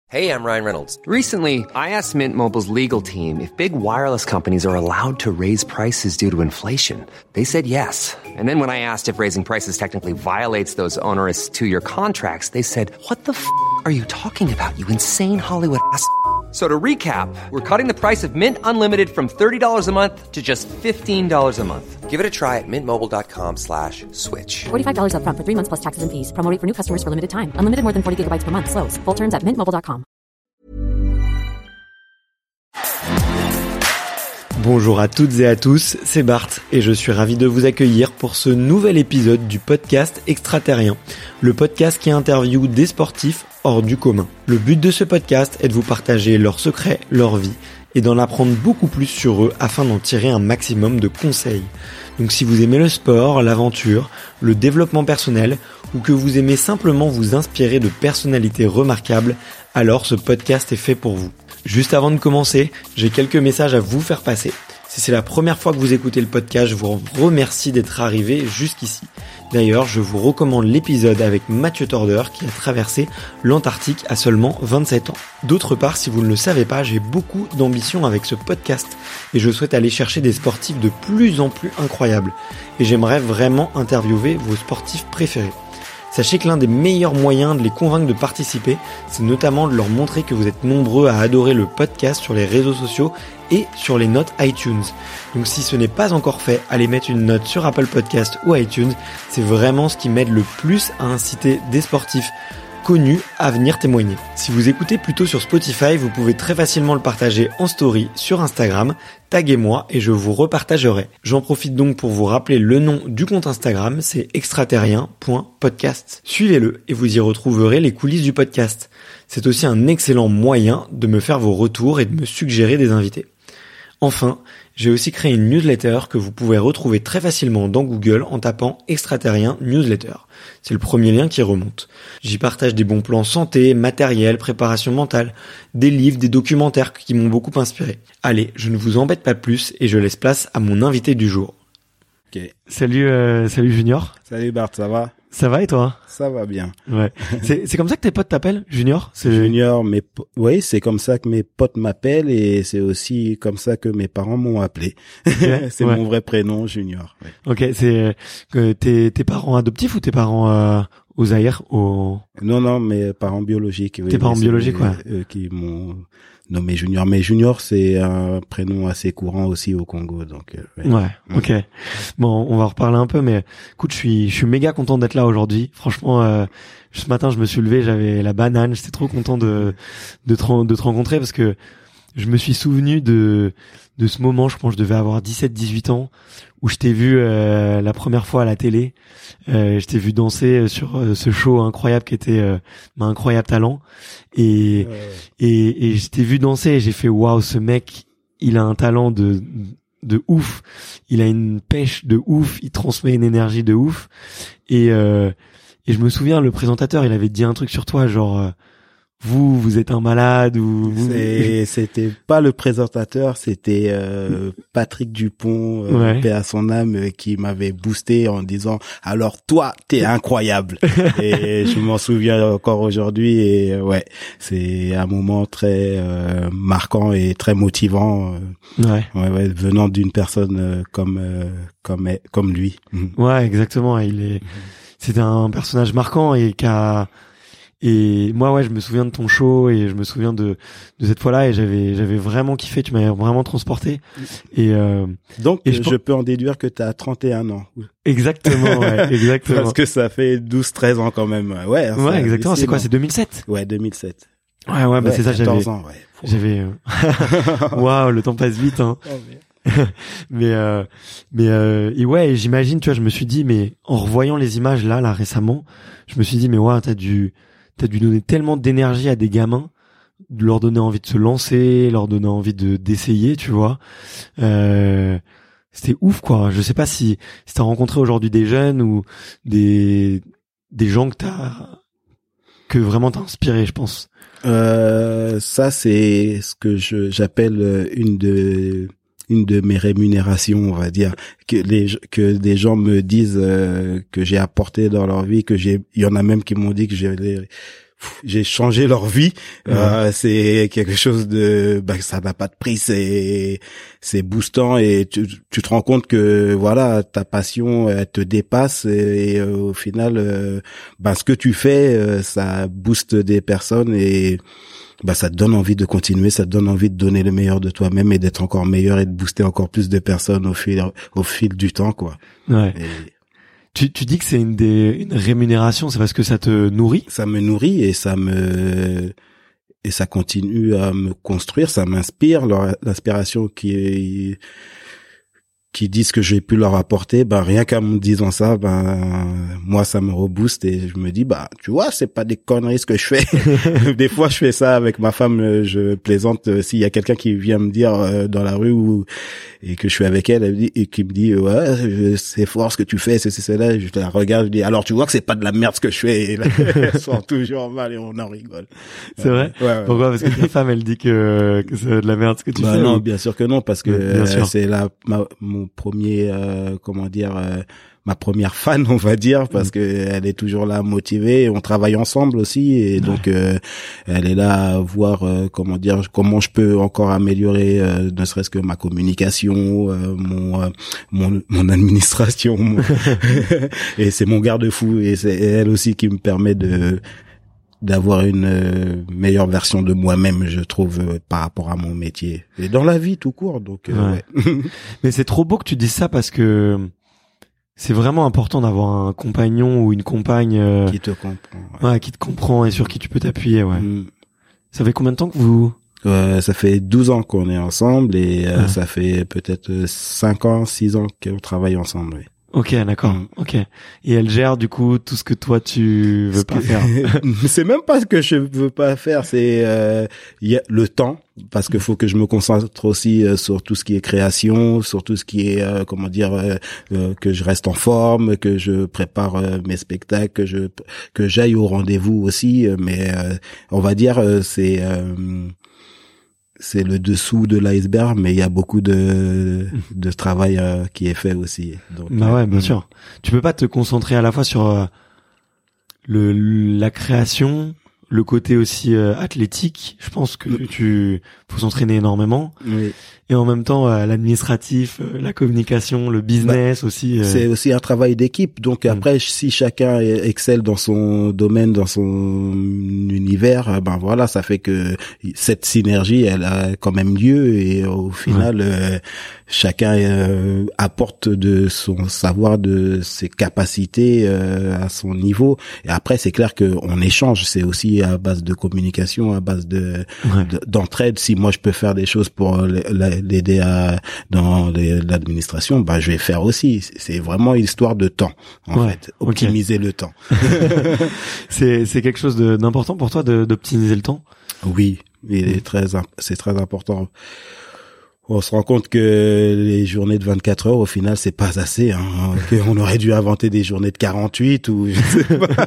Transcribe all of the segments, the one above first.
Hey, I'm Ryan Reynolds. Recently, I asked Mint Mobile's legal team if big wireless companies are allowed to raise prices due to inflation. They said yes. And then when I asked if raising prices technically violates those onerous two-year contracts, they said, "What the f*** are you talking about, you insane Hollywood ass?" So to recap, we're cutting the price of Mint Unlimited from $30 a month to just $15 a month. Give it a try at mintmobile.com/switch. $45 up front for 3 months plus taxes and fees. Promo rate for new customers for limited time. Unlimited more than 40 gigabytes per month. Slows full terms at mintmobile.com. Bonjour à toutes et à tous, c'est Bart et je suis ravi de vous accueillir pour ce nouvel épisode du podcast Extraterrien, le podcast qui interviewe des sportifs hors du commun. Le but de ce podcast est de vous partager leurs secrets, leur vie et d'en apprendre beaucoup plus sur eux afin d'en tirer un maximum de conseils. Donc si vous aimez le sport, l'aventure, le développement personnel ou que vous aimez simplement vous inspirer de personnalités remarquables, alors ce podcast est fait pour vous. Juste avant de commencer, j'ai quelques messages à vous faire passer. Si c'est la première fois que vous écoutez le podcast, je vous remercie d'être arrivé jusqu'ici. D'ailleurs, je vous recommande l'épisode avec Mathieu Torder qui a traversé l'Antarctique à seulement 27 ans. D'autre part, si vous ne le savez pas, j'ai beaucoup d'ambition avec ce podcast et je souhaite aller chercher des sportifs de plus en plus incroyables. Et j'aimerais vraiment interviewer vos sportifs préférés. Sachez que l'un des meilleurs moyens de les convaincre de participer, c'est notamment de leur montrer que vous êtes nombreux à adorer le podcast sur les réseaux sociaux et sur les notes iTunes. Donc si ce n'est pas encore fait, allez mettre une note sur Apple Podcast ou iTunes, c'est vraiment ce qui m'aide le plus à inciter des sportifs connus à venir témoigner. Si vous écoutez plutôt sur Spotify, vous pouvez très facilement le partager en story sur Instagram, taguez-moi et je vous repartagerai. J'en profite donc pour vous rappeler le nom du compte Instagram, c'est extraterrien.podcast. Suivez-le et vous y retrouverez les coulisses du podcast. C'est aussi un excellent moyen de me faire vos retours et de me suggérer des invités. Enfin, j'ai aussi créé une newsletter que vous pouvez retrouver très facilement dans Google en tapant Extraterrien Newsletter. C'est le premier lien qui remonte. J'y partage des bons plans santé, matériel, préparation mentale, des livres, des documentaires qui m'ont beaucoup inspiré. Allez, je ne vous embête pas plus et je laisse place à mon invité du jour. Ok. Salut Junior. Salut Bart, ça va? Ça va et toi? Ça va bien. Ouais. C'est comme ça que tes potes t'appellent, Junior? Junior, oui, c'est comme ça que mes potes m'appellent et c'est aussi comme ça que mes parents m'ont appelé. Okay. C'est mon vrai prénom, Junior. Ouais. Ok, c'est tes parents adoptifs ou tes parents au Zaïre Non, mes parents biologiques. Oui, tes parents biologiques, ouais. Qui m'ont nommé Junior. Mais Junior, c'est un prénom assez courant aussi au Congo, donc. Ouais. Ok. Bon, on va en reparler un peu, mais écoute, je suis méga content d'être là aujourd'hui. Franchement, ce matin, je me suis levé, j'avais la banane, j'étais trop content de te rencontrer parce que je me suis souvenu de ce moment, je pense que je devais avoir 17-18 ans, où je t'ai vu la première fois à la télé. Je t'ai vu danser sur ce show incroyable qui était Incroyable Talent. Et je t'ai vu danser et j'ai fait waouh, ce mec, il a un talent de ouf. Il a une pêche de ouf, il transmet une énergie de ouf. Et je me souviens, le présentateur, il avait dit un truc sur toi, genre vous êtes un malade ou c'était pas le présentateur, c'était Patrick Dupont, paix à son âme, qui m'avait boosté en disant alors toi t'es incroyable. Et je m'en souviens encore aujourd'hui et ouais, c'est un moment très marquant et très motivant venant d'une personne comme lui. Ouais, exactement, c'était un personnage marquant et moi, ouais, je me souviens de ton show et je me souviens de cette fois-là et j'avais vraiment kiffé, tu m'avais vraiment transporté. Donc, je peux en déduire que t'as 31 ans. Exactement, ouais, exactement. Parce que ça fait 12-13 ans quand même. Ouais, exactement. C'est quoi, c'est 2007? Ouais, 2007. Ouais, bah c'est ça, 14 ans, ouais. J'avais, waouh, le temps passe vite, hein. Oh, mais et ouais, j'imagine, tu vois, je me suis dit, mais en revoyant les images là récemment, je me suis dit, mais ouais, t'as dû donner tellement d'énergie à des gamins, de leur donner envie de se lancer, leur donner envie d'essayer, tu vois. C'était ouf, quoi. Je sais pas si t'as rencontré aujourd'hui des jeunes ou des gens que vraiment t'as inspiré, je pense. Ça, c'est ce que j'appelle une de mes rémunérations, on va dire, que des gens me disent que j'ai apporté dans leur vie, il y en a même qui m'ont dit que j'ai changé leur vie. C'est quelque chose de, ça n'a pas de prix, c'est boostant et tu te rends compte que voilà, ta passion elle te dépasse et au final, ce que tu fais, ça booste des personnes et ça te donne envie de continuer, ça te donne envie de donner le meilleur de toi-même et d'être encore meilleur et de booster encore plus de personnes au fil du temps, quoi. Ouais. Tu dis que c'est une rémunération, c'est parce que ça te nourrit? Ça me nourrit et ça continue à me construire, ça m'inspire, l'inspiration qui disent que j'ai pu leur apporter, rien qu'en me disant ça, moi ça me rebooste et je me dis tu vois, c'est pas des conneries ce que je fais. Des fois je fais ça avec ma femme, je plaisante s'il y a quelqu'un qui vient me dire dans la rue et que je suis avec elle et qui me dit ouais, c'est fort ce que tu fais, c'est là, je la regarde, je dis alors tu vois que c'est pas de la merde ce que je fais et là, elle sort toujours mal et on en rigole. C'est vrai? Ouais. Pourquoi? Parce que ta femme elle dit que c'est de la merde ce que tu fais? Non, bien sûr que non, parce que c'est mon premier ma première fan, on va dire, parce que elle est toujours là motivée, on travaille ensemble aussi et donc elle est là à voir comment je peux encore améliorer ne serait-ce que ma communication, mon administration et c'est mon garde-fou et c'est elle aussi qui me permet d'avoir une meilleure version de moi-même, je trouve, par rapport à mon métier et dans la vie tout court. Donc ouais. Mais c'est trop beau que tu dises ça parce que c'est vraiment important d'avoir un compagnon ou une compagne qui te comprend. Ouais, qui te comprend et sur qui tu peux t'appuyer. Ouais. Ça fait combien de temps que vous ça fait 12 ans qu'on est ensemble et ça fait peut-être 6 ans qu'on travaille ensemble. Oui. Ok, d'accord. Ok. Et elle gère du coup tout ce que toi tu veux pas faire. C'est même pas ce que je veux pas faire, c'est il y a le temps parce qu'il faut que je me concentre aussi sur tout ce qui est création, sur tout ce qui est que je reste en forme, que je prépare mes spectacles, que j'aille au rendez-vous aussi, mais on va dire c'est le dessous de l'iceberg, mais il y a beaucoup de travail qui est fait aussi. Donc, ouais, bien sûr. Tu peux pas te concentrer à la fois sur la création, le côté aussi athlétique. Je pense que faut s'entraîner énormément. Oui. Et en même temps, l'administratif, la communication, le business aussi. C'est aussi un travail d'équipe. Donc après, si chacun excelle dans son domaine, dans son univers, voilà, ça fait que cette synergie, elle a quand même lieu. Et au final, chacun apporte de son savoir, de ses capacités à son niveau. Et après, c'est clair qu'on échange. C'est aussi à base de communication, à base d'entraide. Si moi je peux faire des choses pour l'aider dans l'administration, je vais faire aussi. C'est vraiment une histoire de temps, en fait. Optimiser le temps. C'est quelque chose d'important pour toi d'optimiser le temps? Oui, c'est très important. On se rend compte que les journées de 24 heures, au final, c'est pas assez, qu'on aurait dû inventer des journées de 48 ou je sais pas.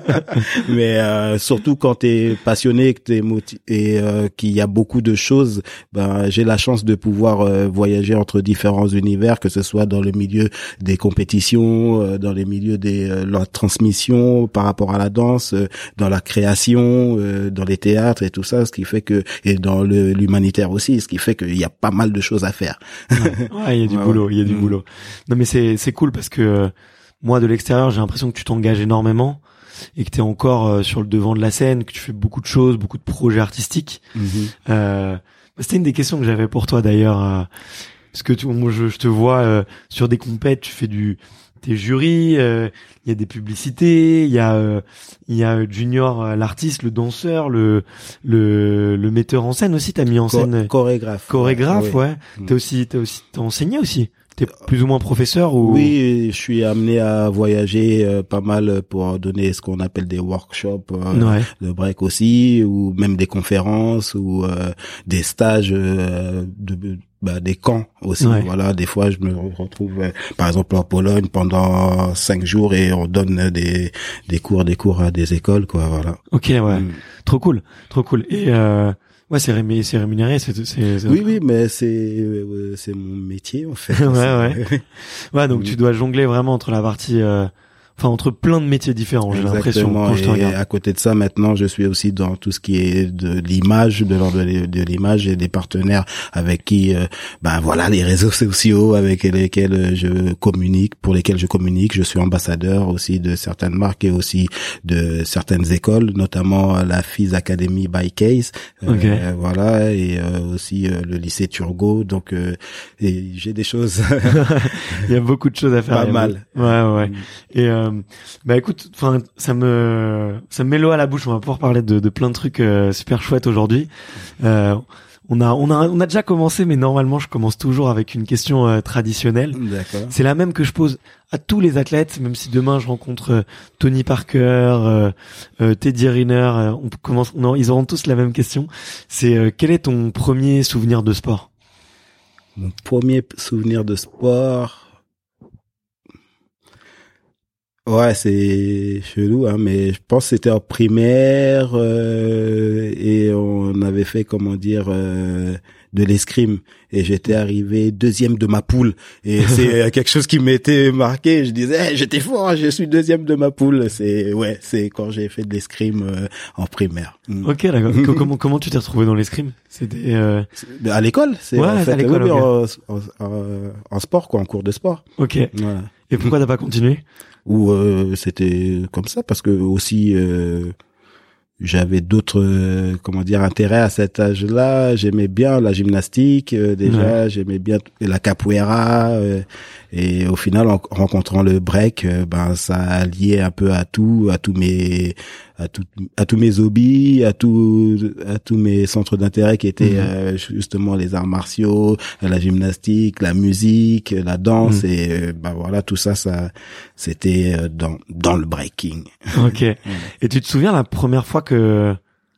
Mais surtout quand t'es passionné, que t'es motivé et qu'il y a beaucoup de choses, j'ai la chance de pouvoir voyager entre différents univers, que ce soit dans le milieu des compétitions, dans les milieux la transmission par rapport à la danse, dans la création, dans les théâtres et tout ça, ce qui fait et dans l'humanitaire aussi, ce qui fait qu'il y a pas mal de choses à faire. Ouais, il y a du boulot, il y a du boulot. Non mais c'est cool parce que moi de l'extérieur, j'ai l'impression que tu t'engages énormément et que tu es encore sur le devant de la scène, que tu fais beaucoup de choses, beaucoup de projets artistiques. C'était une des questions que j'avais pour toi d'ailleurs parce que moi je te vois sur des compètes, tu fais t'es jury, il y a des publicités, il y a Junior l'artiste, le danseur, le metteur en scène aussi, t'as mis en scène chorégraphe, ouais. T'as enseigné aussi. T'es plus ou moins professeur ou? Oui, je suis amené à voyager pas mal pour donner ce qu'on appelle des workshops de break aussi, ou même des conférences ou des stages des camps aussi. Voilà, des fois je me retrouve par exemple en Pologne pendant 5 jours et on donne des cours à des écoles, quoi. Voilà. Ok, ouais. Trop cool. Et c'est rémunéré, Oui, mais c'est mon métier en fait. Ouais, donc tu dois jongler vraiment entre la partie entre plein de métiers différents, j'ai l'impression quand je te regarde. Et à côté de ça, maintenant, je suis aussi dans tout ce qui est de l'image, de l'ordre de l'image et des partenaires avec qui, les réseaux sociaux avec lesquels je communique, pour lesquels je communique. Je suis ambassadeur aussi de certaines marques et aussi de certaines écoles, notamment la FIS Academy by Case, et aussi le lycée Turgot. Donc, et j'ai des choses. Il y a beaucoup de choses à faire. Pas mal. Ouais. Et écoute, ça me met l'eau à la bouche. On va pouvoir parler de plein de trucs super chouettes aujourd'hui. On a déjà commencé, mais normalement je commence toujours avec une question traditionnelle. D'accord. C'est la même que je pose à tous les athlètes, même si demain je rencontre Tony Parker, Teddy Riner, ils auront tous la même question. C'est quel est ton premier souvenir de sport? Mon premier souvenir de sport. Ouais, c'est chelou, mais je pense que c'était en primaire et on avait fait de l'escrime et j'étais arrivé 2e de ma poule et c'est quelque chose qui m'était marqué. Je disais j'étais fort, je suis 2e de ma poule. C'est quand j'ai fait de l'escrime en primaire. Ok, d'accord. Comment tu t'es retrouvé dans l'escrime? C'était à l'école, à l'école, en sport en cours de sport. Ok. Voilà. Et pourquoi t'as pas continué? Ou c'était comme ça parce que aussi j'avais d'autres intérêts à cet âge-là. J'aimais bien la gymnastique déjà, j'aimais bien la capoeira et au final en rencontrant le break, ça a lié un peu à tous mes hobbies, à tous mes centres d'intérêt qui étaient justement les arts martiaux, la gymnastique, la musique, la danse et tout ça c'était dans le breaking. OK. Et tu te souviens la première fois que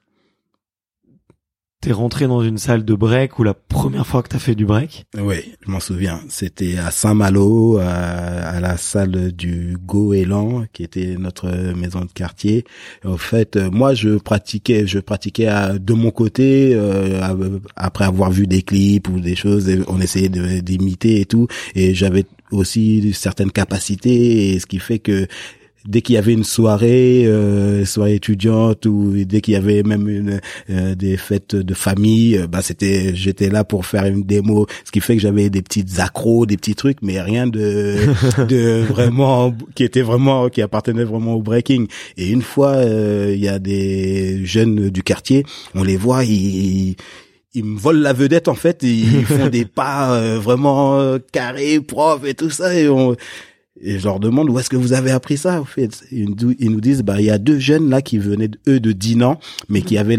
t'es rentré dans une salle de break ou la première fois que t'as fait du break? Oui, je m'en souviens. C'était à Saint-Malo, à la salle du Goéland, qui était notre maison de quartier. En fait, moi, je pratiquais de mon côté, après avoir vu des clips ou des choses, on essayait d'imiter et tout. Et j'avais aussi certaines capacités, et ce qui fait que dès qu'il y avait une soirée étudiante ou dès qu'il y avait même des fêtes de famille, j'étais là pour faire une démo, ce qui fait que j'avais des petites accros, des petits trucs, mais rien de vraiment qui appartenait vraiment au breaking. Et une fois il y a des jeunes du quartier, on les voit, ils me volent la vedette en fait, ils font des pas vraiment carrés, propres et tout ça, et je leur demande où est-ce que vous avez appris ça en fait. Ils nous disent il y a 2 jeunes là qui venaient de Dinan mais qui avaient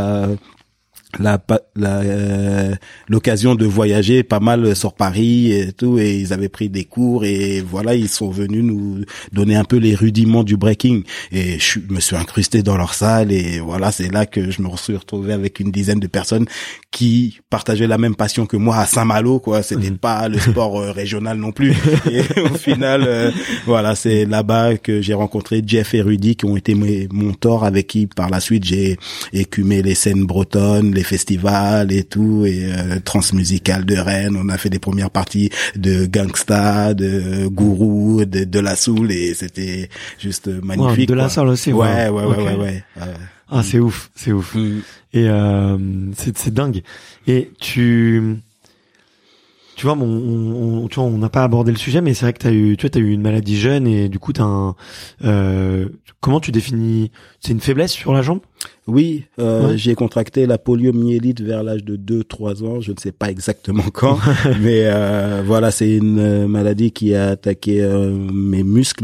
l'occasion de voyager pas mal sur Paris et tout, et ils avaient pris des cours et voilà, ils sont venus nous donner un peu les rudiments du breaking et je me suis incrusté dans leur salle et voilà, c'est là que je me suis retrouvé avec une dizaine de personnes qui partageaient la même passion que moi à Saint-Malo quoi. C'était pas le sport régional non plus et au final c'est là-bas que j'ai rencontré Jeff et Rudy qui ont été mes mentors, avec qui par la suite j'ai écumé les scènes bretonnes, les festivals et tout, et Transmusical de Rennes. On a fait des premières parties de Gangsta, de Gourou, de La Soul, et c'était juste magnifique. De La Soul aussi. Ouais. Ah, c'est ouf. Et c'est dingue. Et tu vois, on n'a pas abordé le sujet, mais c'est vrai que t'as eu une maladie jeune et du coup comment tu définis? C'est une faiblesse sur la jambe? Oui, j'ai contracté la poliomyélite vers l'âge de 2-3 ans, je ne sais pas exactement quand, mais c'est une maladie qui a attaqué mes muscles,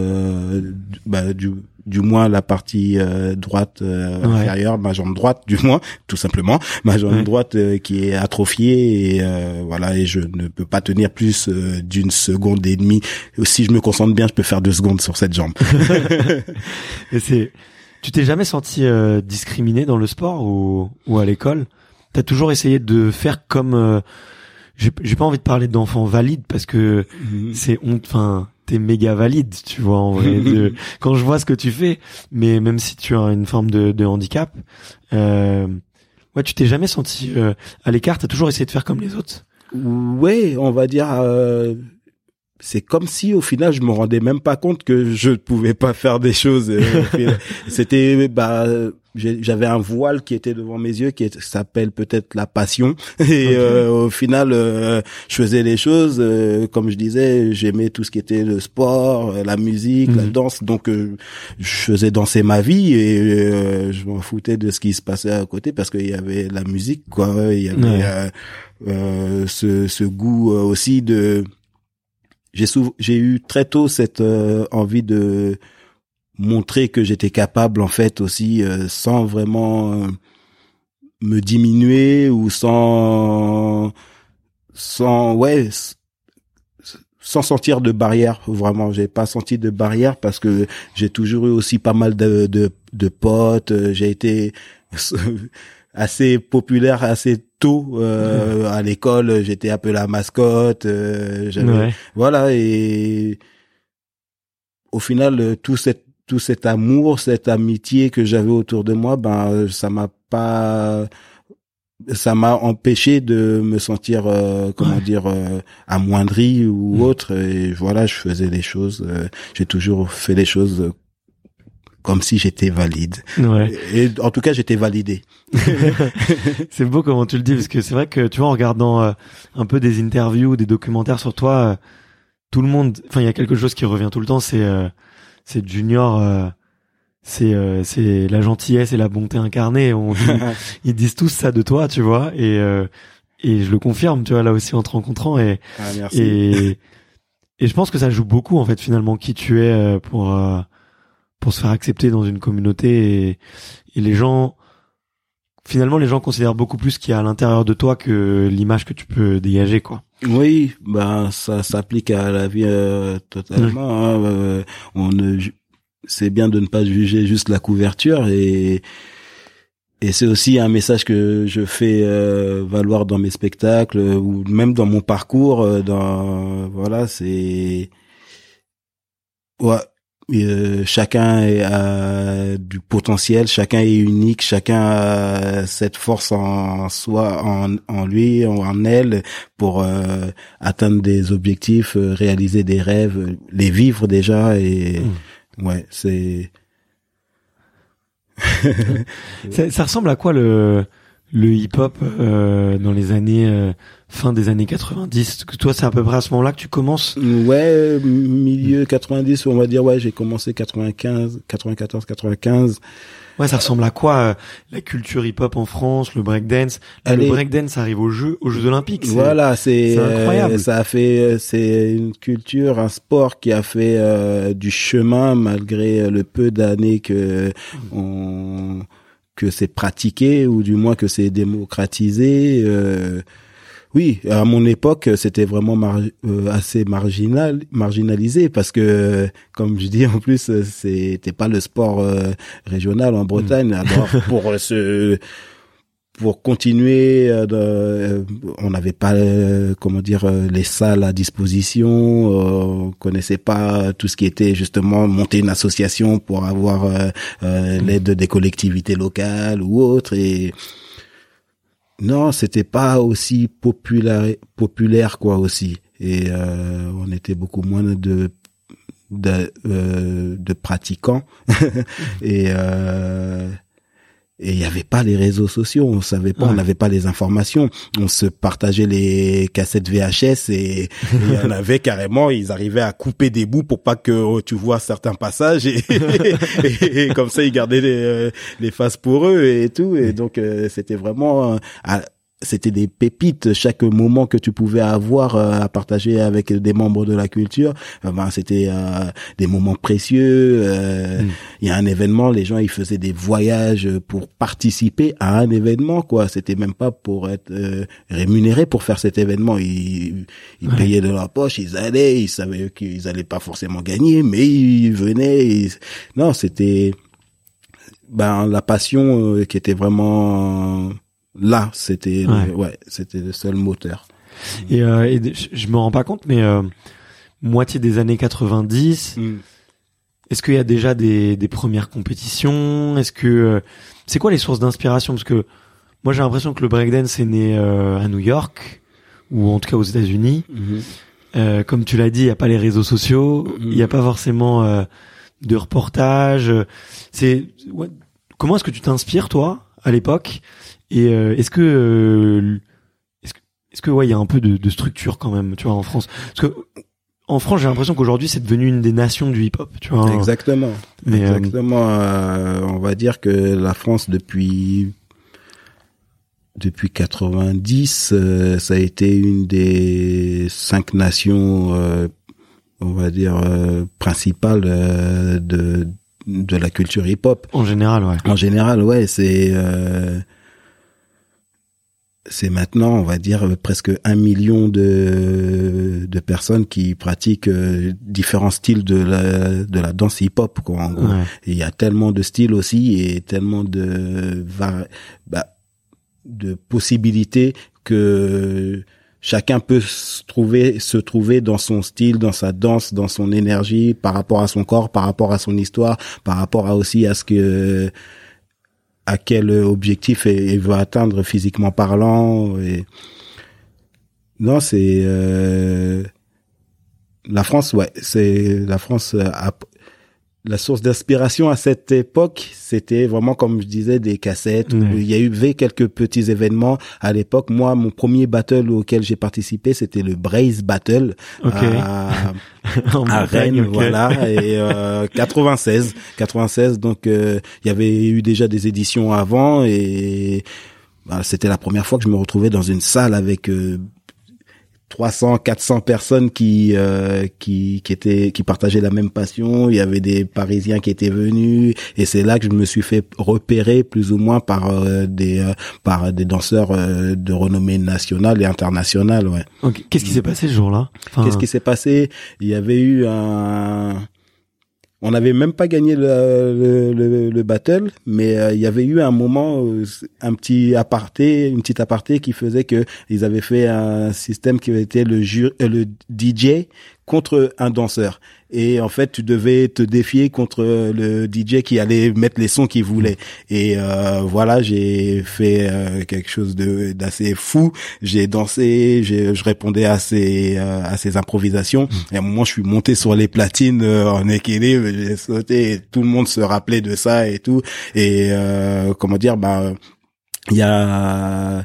du moins la partie droite inférieure, ma jambe droite du moins, tout simplement, ma jambe droite qui est atrophiée et et je ne peux pas tenir plus d'une seconde et demie. Si je me concentre bien, je peux faire 2 secondes sur cette jambe. Et tu t'es jamais senti discriminé dans le sport ou à l'école? T'as toujours essayé de faire comme j'ai pas envie de parler d'enfant valide parce que t'es méga valide, tu vois, en vrai, quand je vois ce que tu fais, mais même si tu as une forme de handicap, tu t'es jamais senti à l'écart, t'as toujours essayé de faire comme les autres? Ouais, on va dire, c'est comme si au final je me rendais même pas compte que je ne pouvais pas faire des choses. C'était j'avais un voile qui était devant mes yeux qui s'appelle peut-être la passion et au final je faisais les choses comme je disais, j'aimais tout ce qui était le sport, la musique, la danse, donc je faisais danser ma vie et je m'en foutais de ce qui se passait à côté parce qu'il y avait la musique quoi, il y avait ce goût aussi de j'ai eu très tôt cette envie de montrer que j'étais capable en fait aussi sans vraiment me diminuer ou sans sentir de barrière. Vraiment, j'ai pas senti de barrière parce que j'ai toujours eu aussi pas mal de potes, j'ai été assez populaire assez tôt à l'école, j'étais un peu la mascotte, voilà, et au final tout cet amour, cette amitié que j'avais autour de moi, ça m'a empêché de me sentir amoindri ou autre, et voilà, je faisais les choses, j'ai toujours fait les choses comme si j'étais valide. Ouais. Et en tout cas, j'étais validé. C'est beau comment tu le dis, parce que c'est vrai que tu vois, en regardant un peu des interviews, des documentaires sur toi, tout le monde, enfin, il y a quelque chose qui revient tout le temps, c'est Junior, c'est la gentillesse et la bonté incarnée. Ils disent tous ça de toi, tu vois, et je le confirme, tu vois, là aussi en te rencontrant, merci. Et je pense que ça joue beaucoup en fait finalement qui tu es pour se faire accepter dans une communauté, et les gens considèrent beaucoup plus ce qu'il y a à l'intérieur de toi que l'image que tu peux dégager, quoi. Oui, ça s'applique à la vie totalement. C'est bien de ne pas juger juste la couverture, et c'est aussi un message que je fais valoir dans mes spectacles ou même dans mon parcours. Chacun a du potentiel, chacun est unique, chacun a cette force en soi, en lui, en elle, pour atteindre des objectifs, réaliser des rêves, les vivre déjà, et c'est ça ressemble à quoi le hip-hop dans les années fin des années 90? Que toi, c'est à peu près à ce moment-là que tu commences? Ouais, milieu 90, on va dire. Ouais, j'ai commencé 94, 95. Ouais, ça ressemble à quoi la culture hip-hop en France, le breakdance? Le breakdance arrive aux Jeux Olympiques. C'est incroyable. C'est une culture, un sport qui a fait du chemin malgré le peu d'années que c'est pratiqué, ou du moins que c'est démocratisé. Oui, à mon époque, c'était vraiment assez marginalisé, parce que, comme je dis, en plus, c'était pas le sport régional en Bretagne. Alors, pour continuer, on n'avait pas, les salles à disposition. On connaissait pas tout ce qui était justement monter une association pour avoir l'aide des collectivités locales ou autres. Et non, c'était pas aussi populaire quoi aussi. Et on était beaucoup moins de pratiquants. Et il y avait pas les réseaux sociaux, on savait pas, on n'avait pas les informations, on se partageait les cassettes VHS, et il y en avait carrément, ils arrivaient à couper des bouts pour pas que tu vois certains passages, et comme ça ils gardaient les faces pour eux et tout, et donc c'était vraiment c'était des pépites. Chaque moment que tu pouvais avoir à partager avec des membres de la culture, c'était des moments précieux. Il y a un événement, les gens ils faisaient des voyages pour participer à un événement, quoi. C'était même pas pour être rémunérés pour faire cet événement. Ils payaient de leur poche, ils allaient, ils savaient qu'ils allaient pas forcément gagner, mais ils venaient. Non, c'était la passion qui était vraiment là, c'était c'était le seul moteur. Et je me rends pas compte, mais moitié des années 90, est-ce qu'il y a déjà des premières compétitions? Est-ce que c'est quoi les sources d'inspiration? Parce que moi j'ai l'impression que le breakdance est né à New York, ou en tout cas aux États-Unis. comme tu l'as dit, il y a pas les réseaux sociaux, il y a pas forcément de reportages. Comment est-ce que tu t'inspires toi à l'époque, et est-ce que ouais, il y a un peu de structure quand même, tu vois, en France, parce que en France, j'ai l'impression qu'aujourd'hui c'est devenu une des nations du hip-hop, tu vois. Exactement. On va dire que la France depuis 90, ça a été une des 5 nations, on va dire, principales de la culture hip-hop. En général, ouais. En général, ouais, c'est maintenant, on va dire, presque 1 million de personnes qui pratiquent différents styles de la danse hip-hop, quoi, en gros. Ouais. Et il y a tellement de styles aussi et tellement de possibilités que chacun peut se trouver dans son style, dans sa danse, dans son énergie, par rapport à son corps, par rapport à son histoire, par rapport à quel objectif il veut atteindre physiquement parlant. Et non, c'est la France, ouais, c'est la France. La source d'inspiration à cette époque, c'était vraiment, comme je disais, des cassettes. Il y a eu quelques petits événements à l'époque. Moi, mon premier battle auquel j'ai participé, c'était le Braze Battle à Rennes, okay. Voilà, et 96. Donc il y avait eu déjà des éditions avant, et c'était la première fois que je me retrouvais dans une salle avec 300, 400 personnes qui partageaient la même passion. Il y avait des Parisiens qui étaient venus, et c'est là que je me suis fait repérer plus ou moins par des danseurs de renommée nationale et internationale, ouais. Okay. Qu'est-ce qui s'est passé ce jour-là? Qu'est-ce qui s'est passé? Il y avait eu on n'avait même pas gagné le battle, mais il y avait eu un moment, une petite aparté qui faisait que ils avaient fait un système qui était le DJ contre un danseur. Et en fait, tu devais te défier contre le DJ qui allait mettre les sons qu'il voulait. Et voilà, j'ai fait quelque chose d'assez fou. J'ai dansé, je répondais à ses improvisations. Et à un moment, je suis monté sur les platines en équilibre, j'ai sauté. Et tout le monde se rappelait de ça et tout. Et comment dire, il y a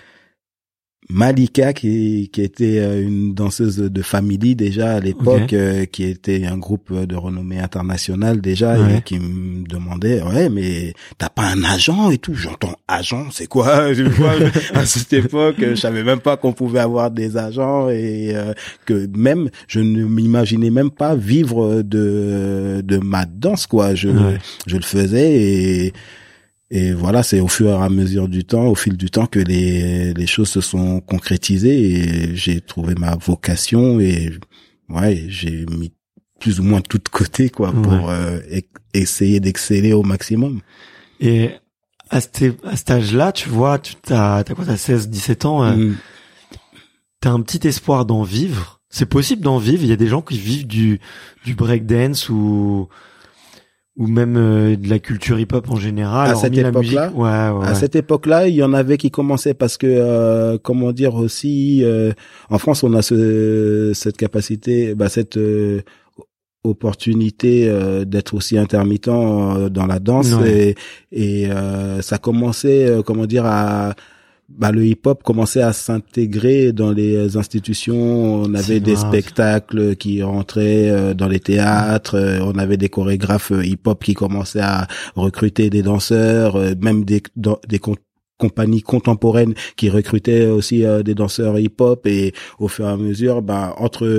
Malika qui était une danseuse de Family déjà à l'époque, okay. Qui était un groupe de renommée internationale déjà, ouais. Et qui me demandait, ouais, mais t'as pas un agent et tout? J'entends agent, c'est quoi? À cette époque, je savais même pas qu'on pouvait avoir des agents, et que même je ne m'imaginais même pas vivre de ma danse, quoi. Je le faisais, et voilà, c'est au fil du temps que les choses se sont concrétisées, et j'ai trouvé ma vocation, et ouais, j'ai mis plus ou moins tout de côté, quoi, pour essayer d'exceller au maximum. Et à cet âge-là, tu vois, t'as quoi, t'as 16, 17 ans, t'as un petit espoir d'en vivre. C'est possible d'en vivre. Il y a des gens qui vivent du breakdance ou même de la culture hip-hop en général. À cette époque-là, à cette époque-là, il y en avait qui commençaient parce que, comment dire aussi, en France, on a cette capacité, cette opportunité d'être aussi intermittent dans la danse, et ça commençait, comment dire, le hip-hop commençait à s'intégrer dans les institutions. On avait des spectacles qui rentraient dans les théâtres. On avait des chorégraphes hip-hop qui commençaient à recruter des danseurs, même des compagnies contemporaines qui recrutaient aussi des danseurs hip-hop. Et au fur et à mesure, entre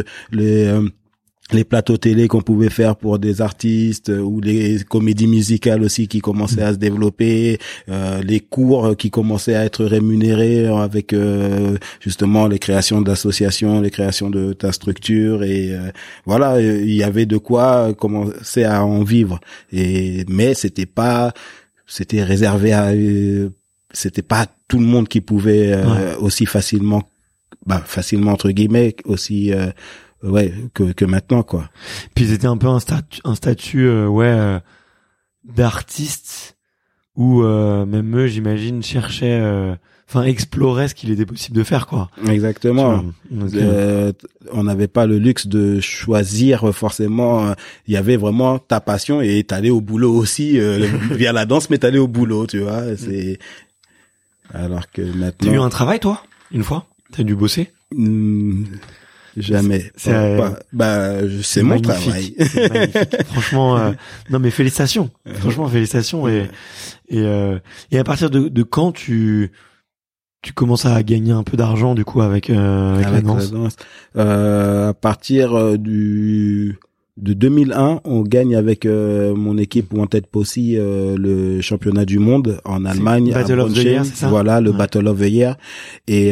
les plateaux télé qu'on pouvait faire pour des artistes, ou les comédies musicales aussi qui commençaient à se développer, les cours qui commençaient à être rémunérés avec justement les créations d'associations, les créations de ta structure, et voilà, il y avait de quoi commencer à en vivre. Mais c'était réservé à c'était pas tout le monde qui pouvait aussi facilement entre guillemets aussi que maintenant, quoi. Puis c'était un peu un statut d'artiste où même eux, j'imagine, cherchaient explorait ce qu'il était possible de faire, quoi. Exactement. Donc, on n'avait pas le luxe de choisir forcément. Il y avait vraiment ta passion et t'allais au boulot aussi via la danse, mais t'allais au boulot, tu vois. C'est alors que maintenant. T'as eu un travail, toi, une fois? T'as dû bosser? Jamais. C'est mon magnifique. travail. C'est magnifique. Franchement, non mais félicitations. Franchement, félicitations et à partir de quand tu commences à gagner un peu d'argent du coup avec la danse? À partir de 2001, on gagne avec mon équipe Wanted Posse le championnat du monde en Allemagne. Battle of the Year, c'est ça? Voilà, le Battle of the Year. Et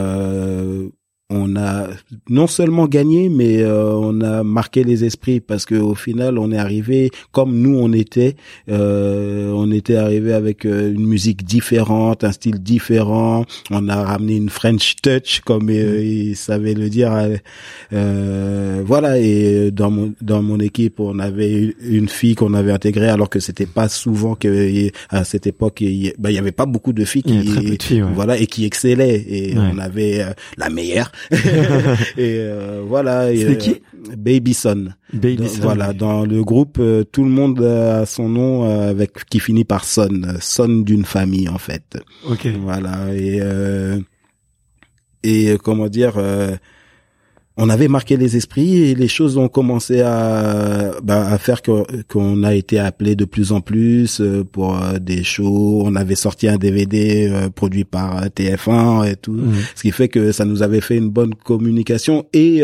on a non seulement gagné, mais on a marqué les esprits parce que au final, on est arrivé comme nous on était arrivé avec une musique différente, un style différent. On a ramené une French touch comme il savait le dire. Voilà. Et dans mon équipe, on avait une fille qu'on avait intégrée alors que c'était pas souvent que à cette époque il y avait pas beaucoup de filles voilà et qui excellaient et on avait la meilleure. Et voilà. C'était qui? Baby Son. Voilà, dans le groupe, tout le monde a son nom qui finit par Son. Son d'une famille en fait. Ok. Voilà et comment dire. On avait marqué les esprits et les choses ont commencé à faire qu'on a été appelé de plus en plus pour des shows. On avait sorti un DVD produit par TF1 et tout, ce qui fait que ça nous avait fait une bonne communication et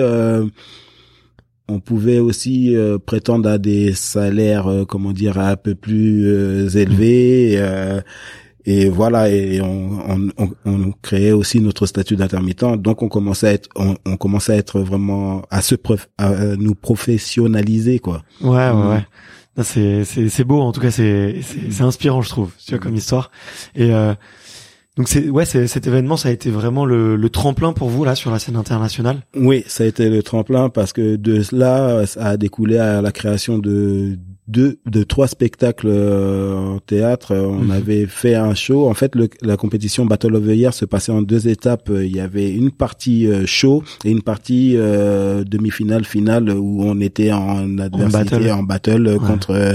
on pouvait aussi prétendre à des salaires un peu plus élevés. Et voilà, et on créait aussi notre statut d'intermittent. Donc on commençait à être vraiment à nous professionnaliser, quoi. Ouais. Non, c'est beau, en tout cas c'est inspirant, je trouve, tu vois, comme histoire. Et donc cet événement, ça a été vraiment le tremplin pour vous là sur la scène internationale. Oui, ça a été le tremplin parce que de cela, ça a découlé à la création de 3 spectacles en théâtre. On avait fait un show. En fait, la compétition Battle of the Year se passait en 2 étapes. Il y avait une partie show et une partie demi-finale, finale où on était en adversité, en battle contre.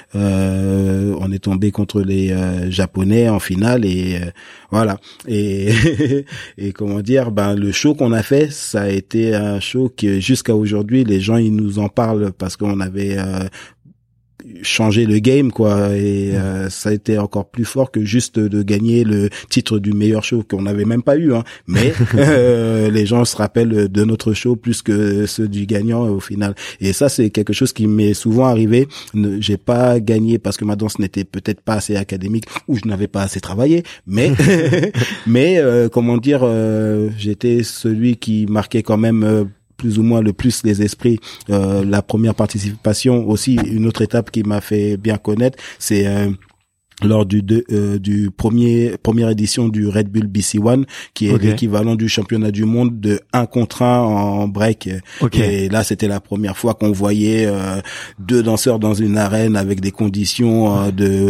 On est tombé contre les Japonais en finale et voilà. Et et comment dire, le show qu'on a fait, ça a été un show que jusqu'à aujourd'hui les gens ils nous en parlent parce qu'on avait changer le game, quoi, et ça a été encore plus fort que juste de gagner le titre du meilleur show qu'on n'avait même pas eu, hein. Mais les gens se rappellent de notre show plus que ceux du gagnant au final. Et ça, c'est quelque chose qui m'est souvent arrivé. J'ai pas gagné parce que ma danse n'était peut-être pas assez académique ou je n'avais pas assez travaillé, mais comment dire, j'étais celui qui marquait quand même plus ou moins le plus les esprits. La première participation aussi, une autre étape qui m'a fait bien connaître, c'est lors du première édition du Red Bull BC One, qui est l'équivalent du championnat du monde de 1 contre 1 en break. Et là, c'était la première fois qu'on voyait 2 danseurs dans une arène avec des conditions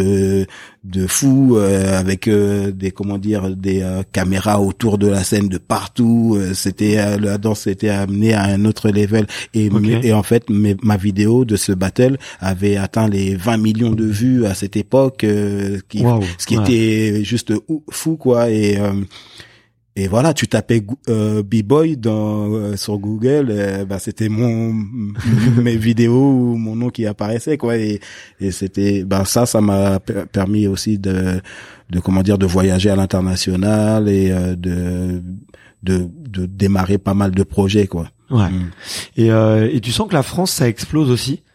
de fou, avec des caméras autour de la scène de partout. La danse était amenée à un autre level. Et en fait, ma vidéo de ce battle avait atteint les 20 millions de vues à cette époque. Ce qui était juste fou, quoi. Et voilà, tu tapais B-boy sur Google, c'était mes vidéos ou mon nom qui apparaissait, quoi. Et c'était ça m'a permis aussi de voyager à l'international et de démarrer pas mal de projets, quoi. Ouais. Et tu sens que la France, ça explose aussi.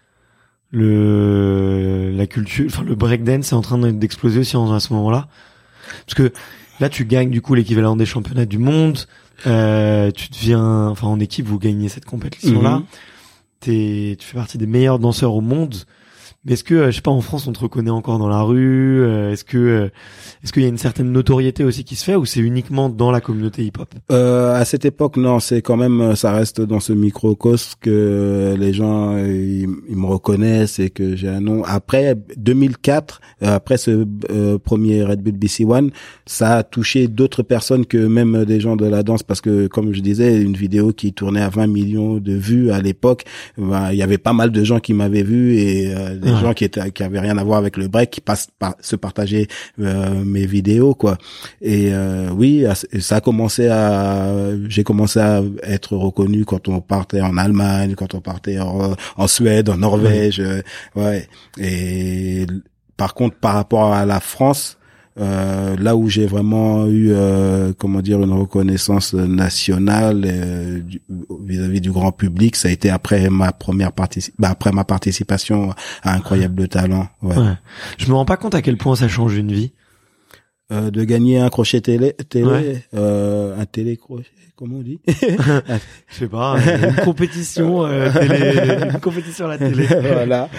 La culture, enfin le breakdance est en train d'exploser aussi à ce moment-là, parce que là tu gagnes du coup l'équivalent des championnats du monde, tu deviens, enfin en équipe vous gagnez cette compétition-là, tu fais partie des meilleurs danseurs au monde, Mais est-ce que, je sais pas, en France, on te reconnaît encore dans la rue? Est-ce qu'il y a une certaine notoriété aussi qui se fait, ou c'est uniquement dans la communauté hip-hop? À cette époque, non, c'est quand même, ça reste dans ce microcosme que les gens, ils me reconnaissent et que j'ai un nom. Après 2004, après ce premier Red Bull BC One, ça a touché d'autres personnes que même des gens de la danse, parce que, comme je disais, une vidéo qui tournait à 20 millions de vues à l'époque, il y avait pas mal de gens qui m'avaient vu, et des gens qui avaient rien à voir avec le break, qui se partageaient mes vidéos, quoi. Et oui, ça a commencé j'ai commencé à être reconnu quand on partait en Allemagne, quand on partait en Suède, en Norvège, ouais. Et par contre, par rapport à la France, là où j'ai vraiment eu une reconnaissance nationale vis-à-vis du grand public, ça a été après ma participation à Incroyable Talent. Ouais. Je me rends pas compte à quel point ça change une vie. De gagner un crochet télé, un télécrochet, comment on dit? Je sais pas, une compétition une compétition à la télé. Voilà.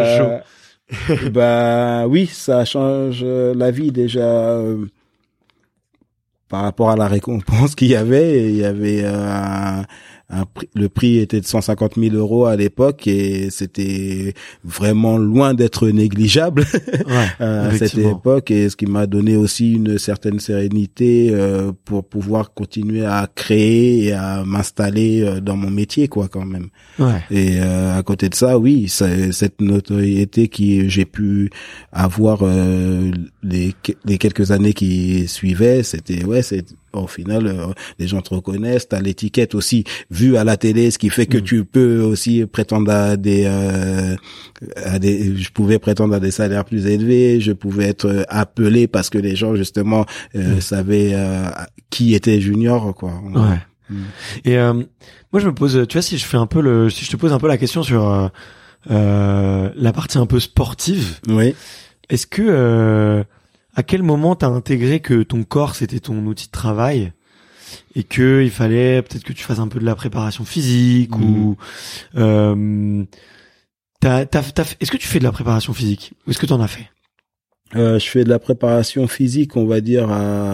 Oui, ça change la vie déjà par rapport à la récompense qu'il y avait. Il y avait le prix était de 150 000 € à l'époque, et c'était vraiment loin d'être négligeable à cette époque, et ce qui m'a donné aussi une certaine sérénité pour pouvoir continuer à créer et à m'installer dans mon métier, quoi, quand même. Et à côté de ça, oui, cette notoriété qui j'ai pu avoir les quelques années qui suivaient, c'était au final, les gens te reconnaissent. T'as l'étiquette aussi vue à la télé, ce qui fait que tu peux aussi prétendre je pouvais prétendre à des salaires plus élevés. Je pouvais être appelé parce que les gens justement savaient qui était Junior, quoi. Et moi, je me pose, tu vois, si je te pose un peu la question sur la partie un peu sportive. Oui. Est-ce que à quel moment t'as intégré que ton corps c'était ton outil de travail, et que il fallait peut-être que tu fasses un peu de la préparation physique ou est-ce que tu fais de la préparation physique, ou est-ce que t'en as fait? Je fais de la préparation physique, on va dire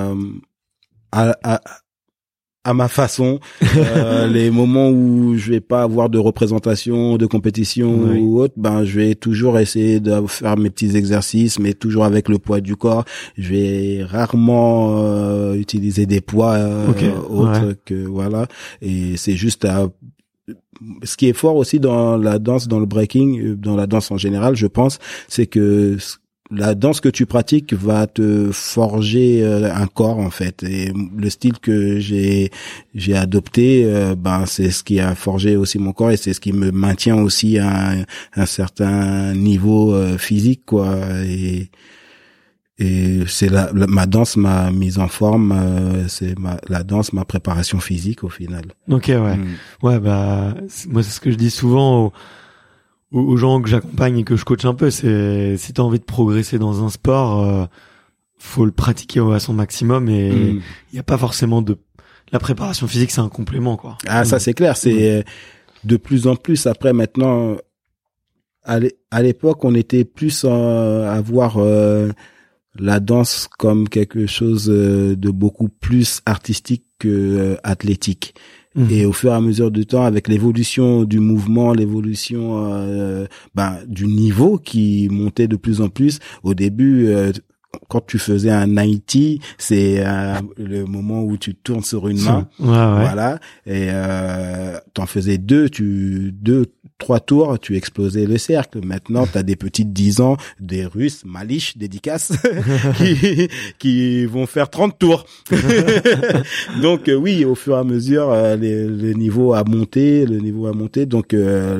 à ma façon. Les moments où je vais pas avoir de représentation, de compétition ou autre, je vais toujours essayer de faire mes petits exercices, mais toujours avec le poids du corps. Je vais rarement utiliser des poids autres que voilà. Et c'est juste ce qui est fort aussi dans la danse, dans le breaking, dans la danse en général, je pense, c'est que la danse que tu pratiques va te forger un corps, en fait, et le style que j'ai adopté, c'est ce qui a forgé aussi mon corps, et c'est ce qui me maintient aussi à un certain niveau physique, quoi. Et c'est ma danse, ma mise en forme, c'est la danse, ma préparation physique au final. Ok, ouais. Ouais, moi c'est ce que je dis souvent aux gens que j'accompagne et que je coach un peu, c'est si t'as envie de progresser dans un sport, faut le pratiquer à son maximum, et il y a pas forcément la préparation physique, c'est un complément, quoi. Ah, ça c'est clair, c'est de plus en plus. Après, maintenant, à l'époque, on était plus à voir la danse comme quelque chose de beaucoup plus artistique que athlétique. Et au fur et à mesure du temps, avec l'évolution du mouvement, l'évolution du niveau qui montait de plus en plus, au début, quand tu faisais un 90, c'est le moment où tu tournes sur une main, voilà, et t'en faisais 3 tours, tu explosais le cercle. Maintenant, t'as des petites 10 ans, des Russes, Malich, dédicace, qui vont faire 30 tours. Donc oui, au fur et à mesure, le niveau a monté, donc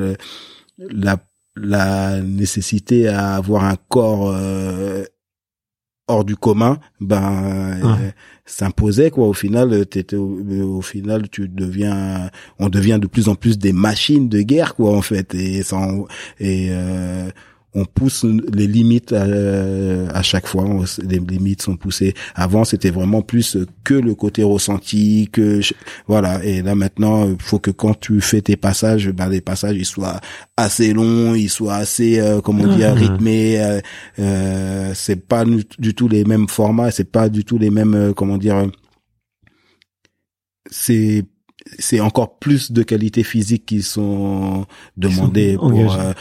la nécessité à avoir un corps hors du commun, s'imposait, quoi. Au final, on devient de plus en plus des machines de guerre, quoi, en fait. on pousse les limites à chaque fois. Les limites sont poussées. Avant, c'était vraiment plus que le côté ressenti, voilà. Et là maintenant, il faut que quand tu fais tes passages, les passages ils soient assez longs, ils soient assez rythmés. C'est pas du tout les mêmes formats, c'est pas du tout les mêmes c'est encore plus de qualités physiques qui sont demandées pour